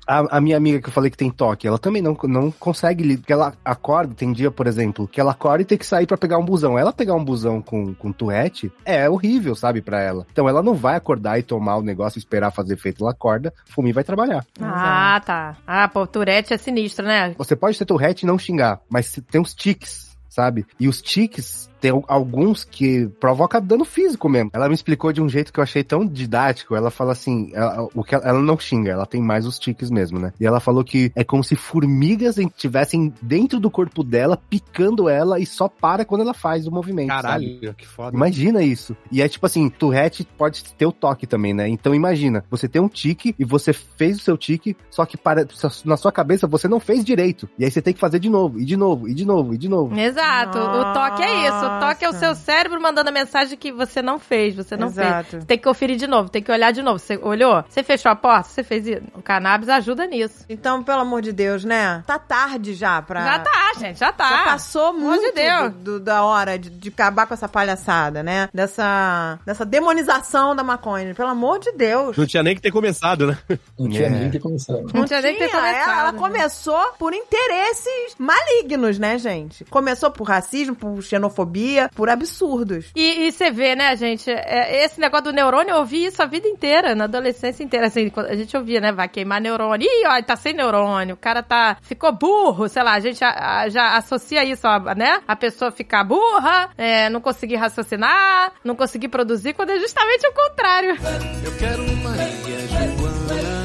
A, a minha amiga que eu falei que tem toque, ela também não, não consegue, li- porque ela acorda, tem dia, por exemplo, que ela acorda e tem que sair pra pegar um busão. Ela pegar um busão com, com Tourette é horrível, sabe, pra ela. Então ela não vai acordar e tomar o negócio e esperar fazer efeito. Ela acorda, fuma e vai trabalhar. Ah, tá. Ah, pô, Tourette é sinistro, né? Você pode ter Tourette e não xingar, mas tem uns tiques, sabe? E os tiques, tem alguns que provocam dano físico mesmo. Ela me explicou de um jeito que eu achei tão didático. Ela fala assim, ela, o que ela, ela não xinga, ela tem mais os tiques mesmo, né? E ela falou que é como se formigas estivessem dentro do corpo dela, picando ela e só para quando ela faz o movimento. Caralho, sabe? que foda. Imagina isso. E é tipo assim, Tourette pode ter o toque também, né? Então imagina, você tem um tique e você fez o seu tique, só que para, na sua cabeça você não fez direito. E aí você tem que fazer de novo, e de novo, e de novo, e de novo. Exato. O toque é isso. O toque é o seu cérebro mandando a mensagem que você não fez, você não Exato. fez. Você tem que conferir de novo, tem que olhar de novo. Você olhou? Você fechou a porta? Você fez isso? O cannabis ajuda nisso. Então, pelo amor de Deus, né? Tá tarde já pra... Já tá, gente, já tá. Já passou Pelo amor muito de Deus. do- do- da hora de, de acabar com essa palhaçada, né? Dessa, dessa demonização da maconha. Pelo amor de Deus. Não tinha nem que ter começado, né? Não tinha É. nem que ter começado. Não tinha nem que ter Tinha, começado. Ela né? começou por interesses malignos, né, gente? Começou por racismo, por xenofobia, por absurdos. E, e você vê, né, gente, é, esse negócio do neurônio, eu ouvi isso a vida inteira, na adolescência inteira, assim, quando a gente ouvia, né, vai queimar neurônio, ih, ó, tá sem neurônio, o cara tá, ficou burro, sei lá, a gente já, já associa isso, ó, né, a pessoa ficar burra, é, não conseguir raciocinar, não conseguir produzir, quando é justamente o contrário. Eu quero uma Maria Joana.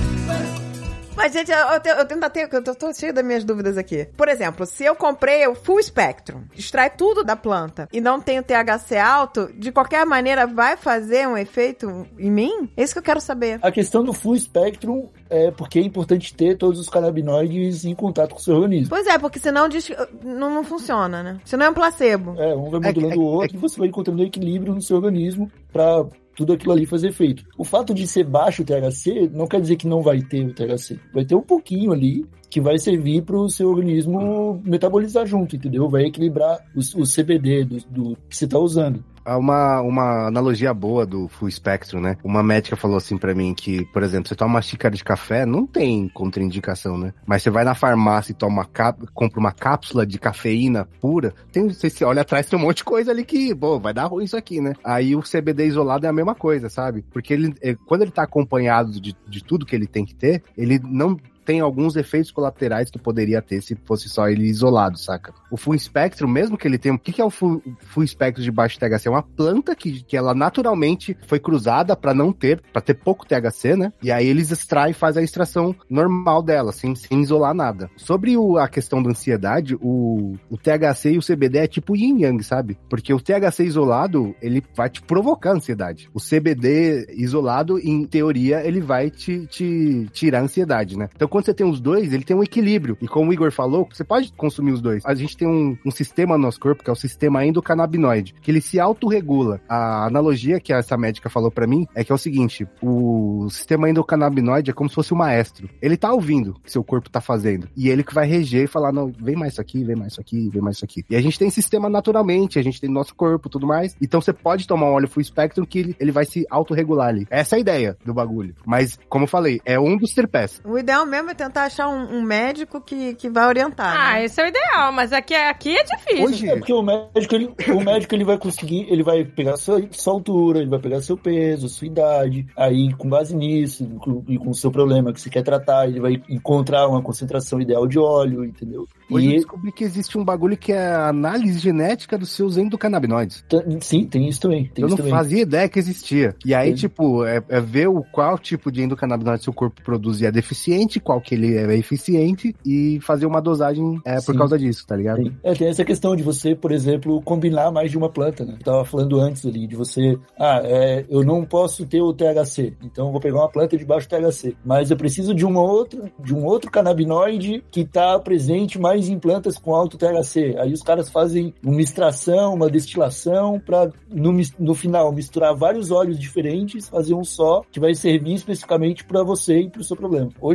Mas, gente, eu, eu, tenho- eu ainda tenho, eu tô, tô cheio das minhas dúvidas aqui. Por exemplo, se eu comprei o Full Spectrum, extrai tudo da planta e não tenho T H C alto, de qualquer maneira vai fazer um efeito em mim? É isso que eu quero saber. A questão do full spectrum é porque é importante ter todos os canabinoides em contato com o seu organismo. Pois é, porque senão diz, não, não funciona, né? Senão é um placebo. É, um vai É que- modulando é o que- outro é que- e você vai encontrando equilíbrio no seu organismo pra tudo aquilo ali fazer efeito. O fato de ser baixo o T H C não quer dizer que não vai ter o T H C. Vai ter um pouquinho ali que vai servir para o seu organismo metabolizar junto, entendeu? Vai equilibrar o, o C B D do, do que você tá usando. Há Uma, uma analogia boa do full spectrum, né? Uma médica falou assim pra mim que, por exemplo, você toma uma xícara de café, não tem contraindicação, né? Mas você vai na farmácia e toma uma cap- compra uma cápsula de cafeína pura, tem, você se olha atrás, tem um monte de coisa ali que, pô, vai dar ruim isso aqui, né? Aí o C B D isolado é a mesma coisa, sabe? Porque ele, é, quando ele tá acompanhado de, de tudo que ele tem que ter, ele não tem alguns efeitos colaterais que poderia ter se fosse só ele isolado, saca? O full spectrum, mesmo que ele tenha... O que, que é o full, full spectrum de baixo T H C? É uma planta que, que ela naturalmente foi cruzada pra não ter, pra ter pouco T H C, né? E aí eles extraem e fazem a extração normal dela, sem, sem isolar nada. Sobre o, a questão da ansiedade, o, o T H C e o C B D é tipo yin yang, sabe? Porque o T H C isolado, ele vai te provocar ansiedade. O C B D isolado, em teoria, ele vai te, te tirar a ansiedade, né? Então, quando você tem os dois, ele tem um equilíbrio. E como o Igor falou, você pode consumir os dois. A gente tem um, um sistema no nosso corpo, que é o sistema endocannabinoide, que ele se autorregula. A analogia que essa médica falou pra mim é que é o seguinte, o sistema endocannabinoide é como se fosse o maestro. Ele tá ouvindo o que seu corpo tá fazendo. E ele que vai reger e falar, não, vem mais isso aqui, vem mais isso aqui, vem mais isso aqui. E a gente tem sistema naturalmente, a gente tem nosso corpo e tudo mais. Então você pode tomar um óleo full spectrum que ele, ele vai se autorregular ali. Essa é a ideia do bagulho. Mas, como eu falei, é um dos tripés. O ideal mesmo é tentar achar um, um médico que, que vai orientar. Ah, né? esse é o ideal, mas aqui, aqui é difícil. Hoje- É porque o médico, ele, o médico ele vai conseguir, ele vai pegar a sua, sua altura, ele vai pegar seu peso, sua idade, aí com base nisso, com- e com o seu problema que você quer tratar, ele vai encontrar uma concentração ideal de óleo, entendeu? Hoje eu E descobri que existe um bagulho que é a análise genética dos seus endocannabinoides. t- sim, tem isso também. Tem Eu isso não também. fazia ideia que existia. E aí, Sim. tipo, é, é ver o qual tipo de endocannabinoide seu corpo produz e é deficiente, qual que ele é eficiente e fazer uma dosagem é, por Sim. causa disso, tá ligado? Tem. É, tem essa questão de você, por exemplo, combinar mais de uma planta, né? Eu tava falando antes ali, de você, ah, é, eu não posso ter o T H C, então eu vou pegar uma planta de baixo T H C, mas eu preciso de uma outra, de um outro canabinoide que tá presente mais em plantas com alto T H C. Aí os caras fazem uma extração, uma destilação pra, no, mis- no final, misturar vários óleos diferentes, fazer um só, que vai servir especificamente pra você e pro seu problema. Hoje em dia,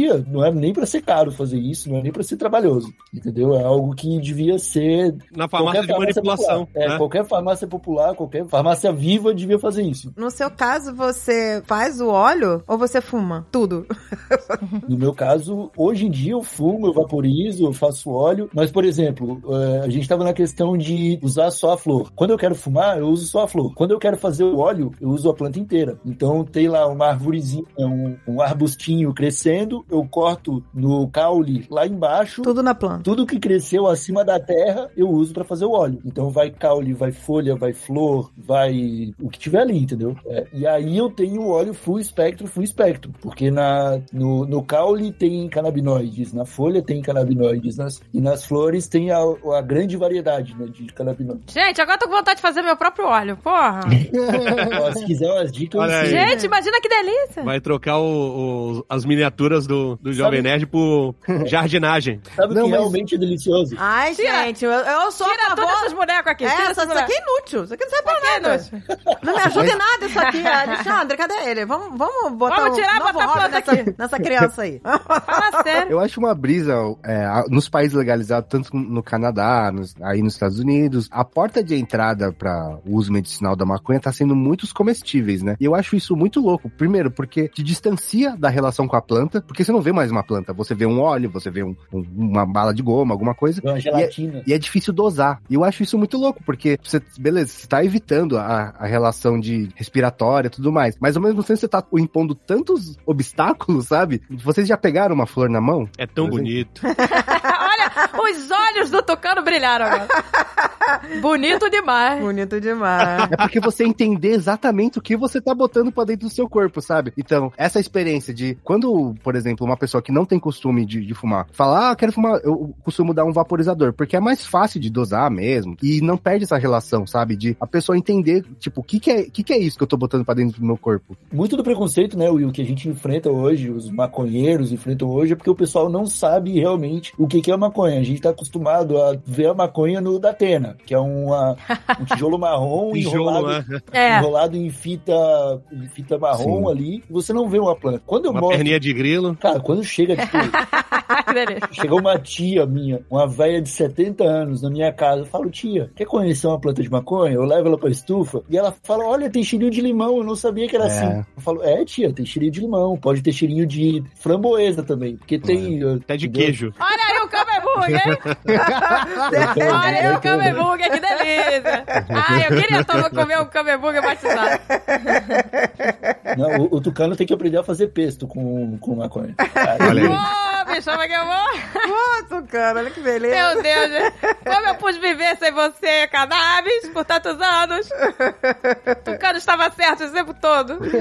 dia, não é nem pra ser caro fazer isso, não é nem pra ser trabalhoso, entendeu? É algo que devia ser... Na farmácia de farmácia manipulação. Popular. É, né? qualquer farmácia popular, qualquer farmácia viva devia fazer isso. No seu caso, você faz o óleo ou você fuma? Tudo. No meu caso, hoje em dia eu fumo, eu vaporizo, eu faço óleo, mas, por exemplo, a gente estava na questão de usar só a flor. Quando eu quero fumar, eu uso só a flor. Quando eu quero fazer o óleo, eu uso a planta inteira. Então tem lá uma arvorezinha, um, um arbustinho crescendo, eu corto no caule lá embaixo. Tudo na planta. Tudo que cresceu acima da terra, eu uso pra fazer o óleo. Então vai caule, vai folha, vai flor, vai o que tiver ali, entendeu? É, e aí eu tenho o óleo full espectro, full espectro. Porque na, no, no caule tem canabinoides, na folha tem canabinoides, nas, e nas flores tem a, a grande variedade, né, de canabinoides. Gente, agora tô com vontade de fazer meu próprio óleo, porra. Ó, se quiser umas dicas, Olha eu aí. sei. Gente, imagina que delícia. Vai trocar o, o- as miniaturas do, do Jovem Nerd por jardinagem. Sabe o Não, que mas- realmente é delicioso? Ai, Tira- gente, eu, eu sou Tira a todos favor... esses bonecos aqui. É, tira essa, esses isso aqui bonecos. é inútil. Isso aqui não serve pra Aqui é nada. inútil. Não me ajuda em nada isso aqui. Alexandre, cadê ele? Vamos, vamos botar Vamos tirar e um novo botar a hobby planta nessa, aqui. nessa criança aí. Fala sério. Eu acho uma brisa, é, a- nos países legalizados, tanto no Canadá, nos- aí nos Estados Unidos, a porta de entrada para o uso medicinal da maconha tá sendo muitos comestíveis, né? E eu acho isso muito louco. Primeiro, porque te distancia da relação com a planta, porque você não vê mais uma planta, você vê um óleo, você vê um- um- uma bala de goma, alguma coisa. Uma gelatina. E é difícil dosar. E eu acho isso muito louco, porque você, beleza, você tá evitando a, a relação de respiratória e tudo mais, mas ao mesmo tempo você tá impondo tantos obstáculos, sabe? Vocês já pegaram uma flor na mão? É tão Por exemplo? bonito. Olha, os olhos do Tucano brilharam agora. Bonito demais. Bonito demais. É porque você entender exatamente o que você tá botando pra dentro do seu corpo, sabe? Então, essa experiência de quando, por exemplo, uma pessoa que não tem costume de, de fumar, fala, ah, quero fumar, eu costumo dar um vaporizador, porque é mais fácil de dosar mesmo, e não perde essa relação, sabe? De a pessoa entender, tipo, o que que é, o que que é isso que eu tô botando pra dentro do meu corpo? Muito do preconceito, né, Will, que a gente enfrenta hoje, os maconheiros enfrentam hoje, é porque o pessoal não sabe realmente o que que é maconha. A gente tá acostumado a ver a maconha no Datena, que é uma, um tijolo marrom Tijolo, enrolado, né? É. enrolado em fita, em fita marrom Sim. ali, e você não vê uma planta. Quando eu Uma mostro, perninha de grilo. cara, quando chega, tipo, Que delícia. chegou uma tia minha, uma velha de setenta anos na minha casa, eu falo, tia, quer conhecer uma planta de maconha? Eu levo ela pra estufa, e ela fala, olha, tem cheirinho de limão, eu não sabia que era É. assim. Eu falo, é, tia, tem cheirinho de limão, pode ter cheirinho de framboesa também, porque tem... Até de entendeu? queijo. Olha aí o Camembert, hein? Olha aí o Camembert, que delícia. Ah, eu queria tomar, comer um Camembert batizado. Não, o, o tucano tem que aprender a fazer pesto com, com maconha. Olha aí. Ô, me chama que eu vou. Pô, Tucano, olha que beleza. Meu Deus, gente. Como eu pude viver sem você, cannabis, por tantos anos. Tucano estava certo esse tempo todo. Por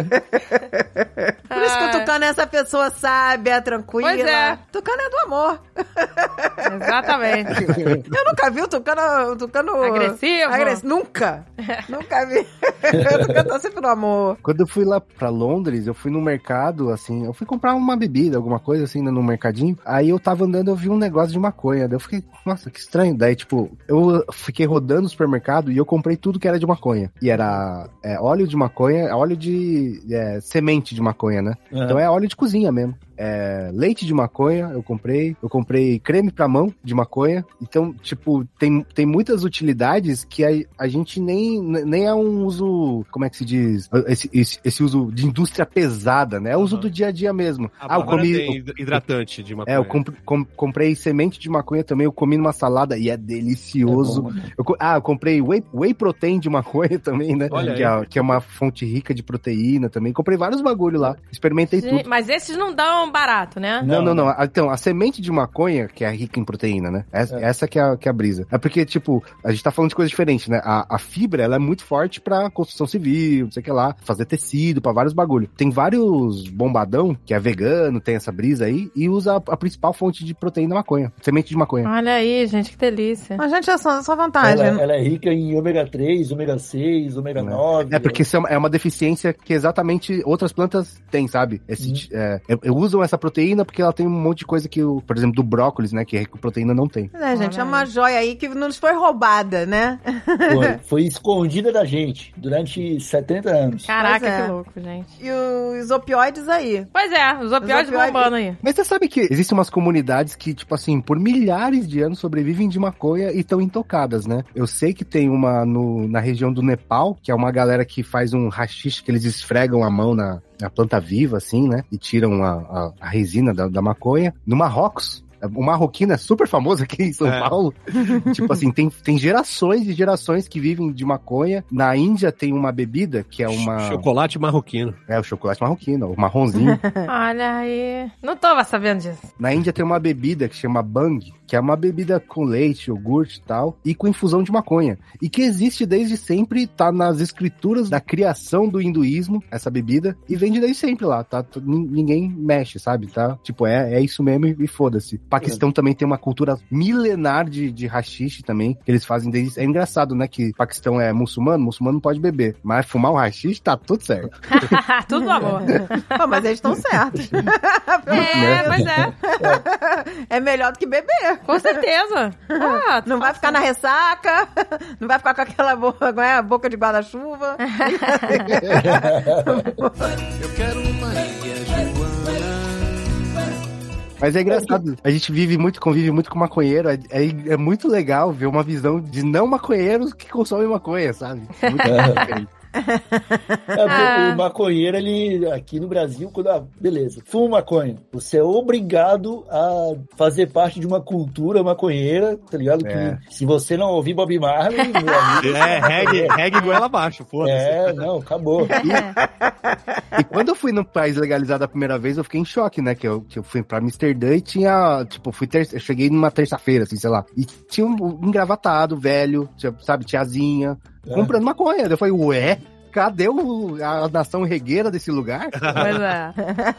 isso que o Tucano é essa pessoa sábia, tranquila. Pois é. Tucano é do amor. Exatamente. Eu nunca vi o Tucano... O tucano Agressivo? Agressivo. Nunca. Nunca vi. O Tucano tá sempre no amor. Quando eu fui lá pra Londres, eu fui no mercado, assim, eu fui comprar uma bebida, alguma coisa assim, no mercadinho. Aí eu tava andando, eu vi um negócio de maconha. Daí eu fiquei, nossa, que estranho. Daí, tipo, eu fiquei rodando no supermercado e eu comprei tudo que era de maconha. E era é, óleo de maconha, óleo de é, semente de maconha, né? Uhum. Então é óleo de cozinha mesmo. É, leite de maconha, eu comprei. Eu comprei creme pra mão de maconha. Então, tipo, tem, tem muitas utilidades que a, a gente nem, nem é um uso, como é que se diz? Esse, esse, esse uso de indústria pesada, né? É o uso Uhum. do dia a dia mesmo. A ah, eu Bárbara comi... tem hid- hidratante de maconha. É, eu comp- com- comprei semente de maconha também, eu comi numa salada e é delicioso. É bom, né? Eu co- ah, eu comprei whey, whey protein de maconha também, né? Olha que, aí. é, que é uma fonte rica de proteína também. Comprei vários bagulho lá, experimentei Gente, tudo. mas esses não dão barato, né? Não, não, não. Ah, Então, a semente de maconha, que é rica em proteína, né? Essa, É. essa que, é a, que é a brisa. É porque, tipo, a gente tá falando de coisa diferente, né? A, a fibra, ela é muito forte pra construção civil, não sei o que lá, fazer tecido, pra vários bagulho. Tem vários bombadão, que é vegano, tem essa brisa aí, e usa a, a principal fonte de proteína maconha, semente de maconha. Olha aí, gente, que delícia. Mas, gente, é só, só vantagem. Ela, ela é rica em ômega três, ômega seis, ômega nove. É porque isso é uma, é uma deficiência que exatamente outras plantas têm, sabe? Esse, Uhum. ti- é, eu, eu uso usam essa proteína porque ela tem um monte de coisa que, o, por exemplo, do brócolis, né, que a proteína não tem. É, gente, é uma joia aí que nos foi roubada, né? Foi, foi escondida da gente durante setenta anos. Caraca, Pois é. que louco, gente. E os opioides aí. Pois é, os opioides opioides- bombando aí. Mas você sabe que existem umas comunidades que, tipo assim, por milhares de anos sobrevivem de maconha e estão intocadas, né? Eu sei que tem uma no, na região do Nepal, que é uma galera que faz um haxixe, que eles esfregam a mão na, na planta viva, assim, né? E tiram a, a, a resina da, da maconha. No Marrocos, o marroquino é super famoso aqui em São É. Paulo. Tipo assim, tem, tem gerações e gerações que vivem de maconha. Na Índia tem uma bebida que é uma... Chocolate marroquino. É, o chocolate marroquino, o marronzinho. Olha aí. Não tô sabendo disso. Na Índia tem uma bebida que chama bang, que é uma bebida com leite, iogurte e tal, e com infusão de maconha. E que existe desde sempre, tá nas escrituras da criação do hinduísmo, essa bebida, e vende desde sempre lá, tá? T- nin- Ninguém mexe, sabe? Tá? Tipo, é, é isso mesmo e, e foda-se. Paquistão também tem uma cultura milenar de, de haxixe também, que eles fazem desde... É engraçado, né? Que Paquistão é muçulmano, muçulmano não pode beber. Mas fumar um haxixe, tá tudo certo. Tudo no amor. Pô, mas eles estão certos. É, pois é. É melhor do que beber. Com certeza. Ah, Não vai ficar na ressaca, não vai ficar com aquela boca, não é? Boca de guarda-chuva. Eu quero uma ilha Joana. Mas é engraçado, a gente vive muito, convive muito com maconheiro, é, é, é muito legal ver uma visão de não maconheiros que consomem maconha, sabe? Muito diferente. É, Ah. o maconheiro, ele, aqui no Brasil, quando, ah, beleza, fuma maconha. Você é obrigado a fazer parte de uma cultura maconheira, tá ligado? É. Que se você não ouvir Bob Marley, meu amigo, É, reggae, reggae goela abaixo, foda-se. é, não, acabou. E quando eu fui no país legalizado a primeira vez, eu fiquei em choque, né? Que eu, que eu fui pra Amsterdã e tinha, tipo, fui ter... eu cheguei numa terça-feira, assim, sei lá, e tinha um engravatado, velho, tinha, sabe, tiazinha, É. comprando maconha. Eu falei, ué? Cadê o, a nação regueira desse lugar? Pois é.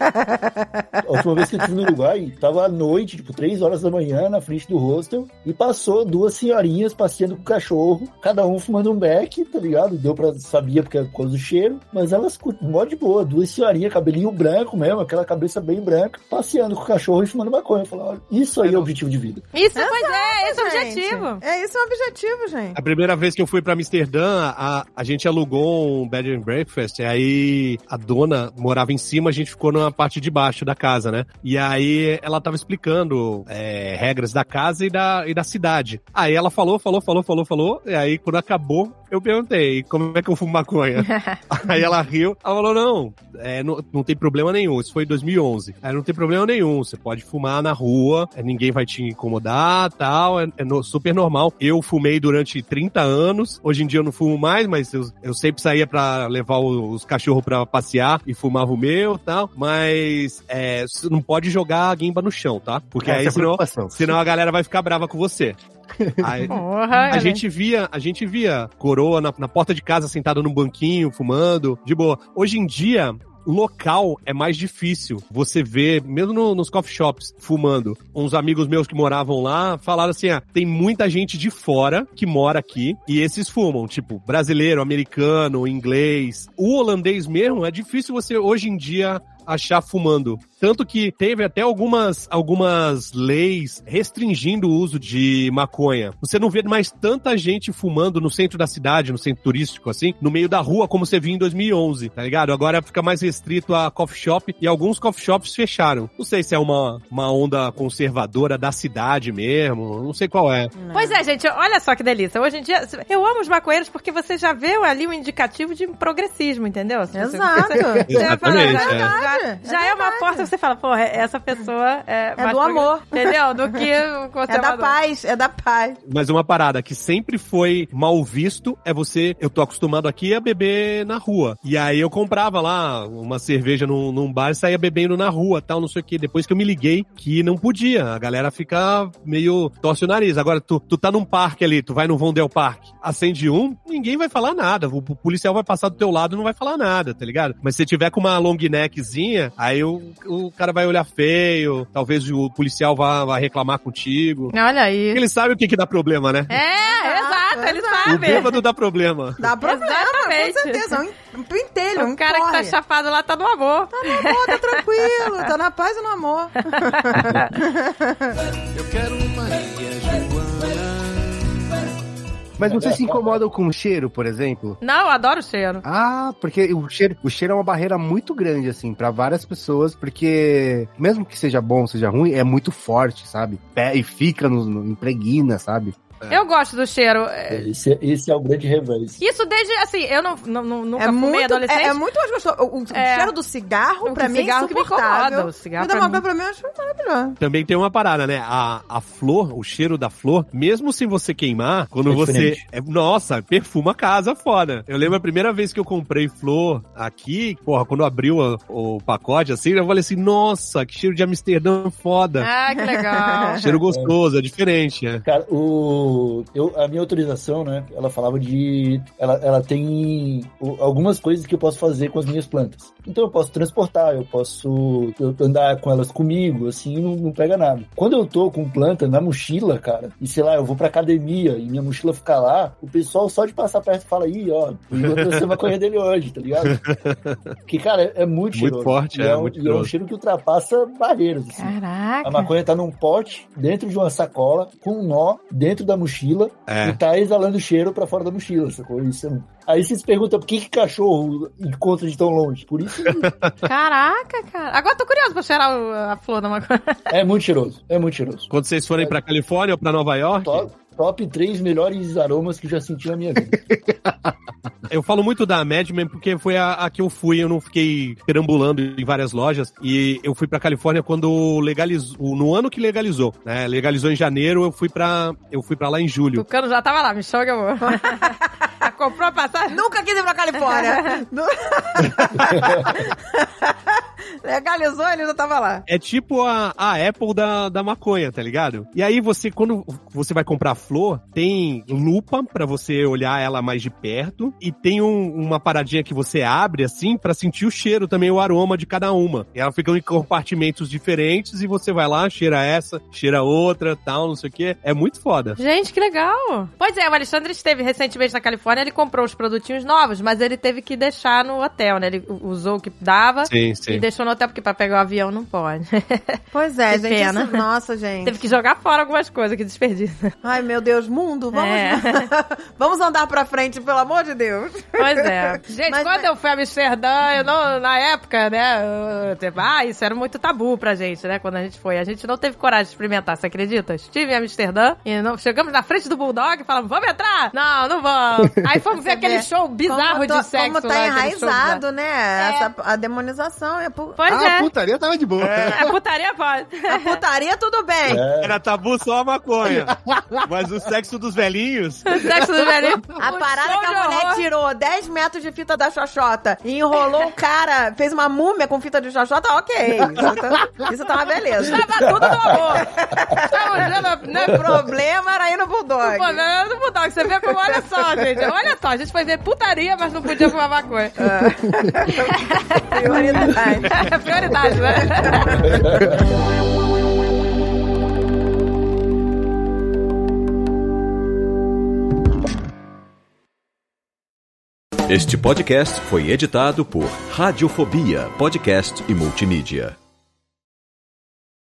A última vez que eu estive no Uruguai, tava à noite, tipo, três horas da manhã, na frente do hostel, e passou duas senhorinhas passeando com o cachorro, cada um fumando um beck, tá ligado? Deu pra... sabia porque é por causa do cheiro, mas elas, curtem mó de boa, duas senhorinhas, cabelinho branco mesmo, aquela cabeça bem branca, passeando com o cachorro e fumando maconha. Eu falei, olha, isso aí é o objetivo de vida. Isso, pois é, esse é o Gente, objetivo. É, isso é um objetivo, gente. A primeira vez que eu fui pra Amsterdã, a, a gente alugou um bed and breakfast, e aí a dona morava em cima, a gente ficou na parte de baixo da casa, né? E aí ela tava explicando é, regras da casa e da, e da cidade. Aí ela falou, falou, falou, falou, falou, e aí quando acabou, eu perguntei, como é que eu fumo maconha? Aí ela riu, ela falou, não, é, não, não tem problema nenhum, isso foi em dois mil e onze. Aí não tem problema nenhum, você pode fumar na rua, é, ninguém vai te incomodar, tal, é, é no, super normal. Eu fumei durante trinta anos, hoje em dia eu não fumo mais, mas eu, eu sempre saía pra levar o, os cachorros pra passear e fumava o meu, tal, mas é, você não pode jogar a guimba no chão, tá? Porque Essa é aí a senão, preocupação. senão a galera vai ficar brava com você. Aí, Porra, a gente via, a gente via coroa na, na porta de casa sentada num banquinho, fumando, de boa. Hoje em dia, local é mais difícil. Você vê, mesmo no, nos coffee shops, fumando. Uns amigos meus que moravam lá falaram assim, ah, tem muita gente de fora que mora aqui e esses fumam, tipo, brasileiro, americano, inglês. O holandês mesmo, é difícil você, hoje em dia, achar fumando. Tanto que teve até algumas, algumas leis restringindo o uso de maconha. Você não vê mais tanta gente fumando no centro da cidade, no centro turístico, assim, no meio da rua, como você viu em dois mil e onze, tá ligado? Agora fica mais restrito a coffee shop e alguns coffee shops fecharam. Não sei se é uma, uma onda conservadora da cidade mesmo, não sei qual é. Pois é, gente, olha só que delícia. Hoje em dia, eu amo os maconheiros porque você já vê ali um indicativo de progressismo, entendeu? Se você- Exato. você- Exatamente, já, é. já- É já é uma verdade. porta que você fala, porra, essa pessoa é... mais do progre- amor. Entendeu? Do que o É da conservador. paz, é da paz. Mas uma parada que sempre foi mal visto é você, eu tô acostumado aqui a beber na rua. E aí eu comprava lá uma cerveja num, num bar e saía bebendo na rua, tal, não sei o que. Depois que eu me liguei que não podia. A galera fica meio torce o nariz. Agora tu, tu tá num parque ali, tu vai no Vondel Park, acende um, ninguém vai falar nada. O, o policial vai passar do teu lado e não vai falar nada, tá ligado? Mas se tiver com uma long neckzinha, aí o, o cara vai olhar feio, talvez o policial vá, vá reclamar contigo. Olha aí. Ele sabe o que que dá problema, né? É, exato. ele O sabe. bêbado dá problema. Dá problema, Exatamente. com certeza. Um, um pentelho, um O cara que tá porre. chapado lá tá no amor. Tá no amor, tá tranquilo, tá na paz e no amor. Eu quero Maria Joana. Mas vocês se incomodam com o cheiro, por exemplo? Não, eu adoro o cheiro. Ah, porque o cheiro, o cheiro é uma barreira muito grande, assim, pra várias pessoas, porque mesmo que seja bom, seja ruim, é muito forte, sabe? Pé e fica, no, no, impregna, sabe? Eu gosto do cheiro. Esse, esse é o grande revés. Isso desde, assim, eu não, não, não- nunca É fumei muito, adolescente. é, é muito mais gostoso. O, o É. cheiro do cigarro, O pra mim, cigarro é que me insuportável. incomoda, o cigarro O da pra maconha, mim. pra mim, eu acho maravilhoso. Também tem uma parada, né? A, a flor, o cheiro da flor, mesmo sem você queimar, quando É você... diferente. É, nossa, perfuma a casa foda. Eu lembro a primeira vez que eu comprei flor aqui, porra, quando abriu a- o pacote, assim, eu falei assim, nossa, que cheiro de Amsterdã foda. Ah, que legal. Cheiro gostoso, é diferente, é. Cara, o, eu, a minha autorização, né? Ela falava de... Ela, ela tem o- algumas coisas que eu posso fazer com as minhas plantas. Então eu posso transportar, eu posso eu andar com elas comigo, assim, não, não pega nada. Quando eu tô com planta na mochila, cara, e sei lá, eu vou pra academia e minha mochila fica lá, o pessoal só de passar perto fala, ih, ó, eu vou trouxe a maconha dele hoje, tá ligado? Porque, cara, é, é muito Muito cheiroso. forte, E é, um, muito e é um cheiroso. cheiro que ultrapassa barreiras, assim. Caraca. A maconha tá num pote, dentro de uma sacola, com um nó, dentro da mochila, É. e tá exalando cheiro pra fora da mochila, sacou? Isso é... Aí você se pergunta por que, que cachorro encontra de tão longe. Por isso Caraca, cara. Agora eu tô curioso pra cheirar o- a flor da maconha. é muito cheiroso, é muito cheiroso. Quando vocês forem pra Califórnia ou pra Nova York, Top, top três melhores aromas que eu já senti na minha vida. eu falo muito da Madman porque foi a, a que eu fui, eu não fiquei perambulando em várias lojas, e eu fui pra Califórnia quando legalizou, no ano que legalizou, né? Legalizou em janeiro, eu fui pra, eu fui pra lá em O julho. Tucano já tava lá, me chama que eu vou. Já comprou a passagem? Nunca quis ir pra Califórnia. Nu- Legalizou, ele já tava lá. É tipo a, a Apple da, da maconha, tá ligado? E aí você, quando você vai comprar flor, tem lupa pra você olhar ela mais de perto, e tem um- uma paradinha que você abre, assim, pra sentir o cheiro também, o aroma de cada uma. E ela fica em compartimentos diferentes, e você vai lá, cheira essa, cheira outra, tal, não sei o quê. É muito foda. Gente, que legal. Pois é, o Alexandre esteve recentemente na Califórnia, ele comprou os produtinhos novos, mas ele teve que deixar no hotel, né? Ele usou o que dava Sim, e sim. deixou no hotel, porque pra pegar o avião não pode. Pois é, Que gente. pena. isso- nossa, gente. Teve que jogar fora algumas coisas, que desperdício. Ai, meu Deus, mundo, vamos, É. vamos andar pra frente, pelo amor de Deus. Pois é. Gente, Mas- quando eu fui a Amsterdã, eu não, na época, né, eu, tipo, ah, isso era muito tabu pra gente, né, quando a gente foi. A gente não teve coragem de experimentar, você acredita? Estive em Amsterdã e não, chegamos na frente do Bulldog e falamos, vamos entrar? Não, não vamos. Aí fomos ver Você aquele vê show bizarro como tô- de sexo. Como tá lá, aquele show enraizado, bizarro. né? Essa, a demonização. É pu- Pois ah, é. a putaria tava de boa. A putaria pode. A putaria, tudo bem. Era tabu só a maconha. Mas o sexo dos velhinhos... O sexo do velhinho. A Um parada show que de a mulher horror. tirou dez metros de fita da xoxota e enrolou o cara, fez uma múmia com fita de xoxota, ok. Isso tá, isso tá uma beleza. Tava tudo no amor. Tava vendo, né, O problema era ir no Bulldog. Pô, não, não Bulldog, você vê como, olha só, gente. Olha só, a gente foi ver putaria, mas não podia fumar maconha. Prioridade. É prioridade, né? Este podcast foi editado por Radiofobia, podcast e multimídia.